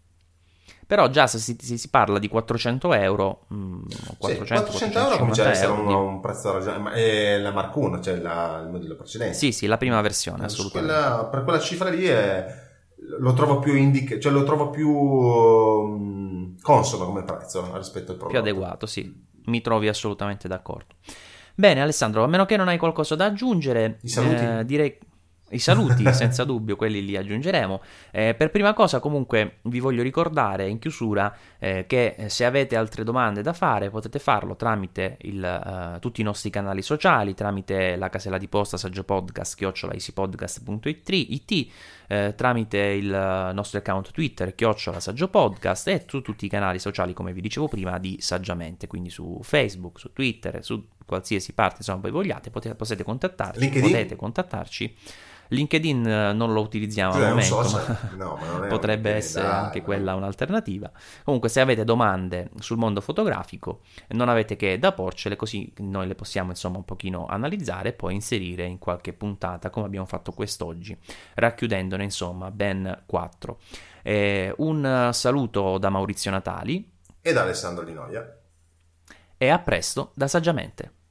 Però già se si, se si parla di quattrocento euro, mh, quattrocento, sì, quattrocento euro comincia a essere un, di... un prezzo ragionevole. È la Mark uno, cioè la, il modello precedente. Sì, sì, la prima versione, assolutamente. Quella, per quella cifra lì è, lo trovo più indica, cioè lo trovo più um, consono come prezzo rispetto al prodotto. Più adeguato, sì, mi trovi assolutamente d'accordo. Bene Alessandro, a meno che non hai qualcosa da aggiungere, I saluti. Eh, direi... I saluti, senza dubbio, quelli li aggiungeremo. Eh, per prima cosa, comunque, vi voglio ricordare in chiusura eh, che se avete altre domande da fare potete farlo tramite il, uh, tutti i nostri canali sociali, tramite la casella di posta saggiopodcast chiocciola easypodcast punto it, eh, tramite il nostro account Twitter chiocciola saggiopodcast e su tutti i canali sociali, come vi dicevo prima, di Saggiamente, quindi su Facebook, su Twitter, su qualsiasi parte insomma voi vogliate, potete, potete contattarci, LinkedIn? potete contattarci. LinkedIn non lo utilizziamo cioè, al momento, ma no, ma potrebbe essere dai, anche dai. quella un'alternativa. Comunque, se avete domande sul mondo fotografico, non avete che da porcele, così noi le possiamo insomma un pochino analizzare e poi inserire in qualche puntata, come abbiamo fatto quest'oggi, racchiudendone insomma ben quattro. Eh, un saluto da Maurizio Natali e da Alessandro Di Noia, e a presto da Saggiamente.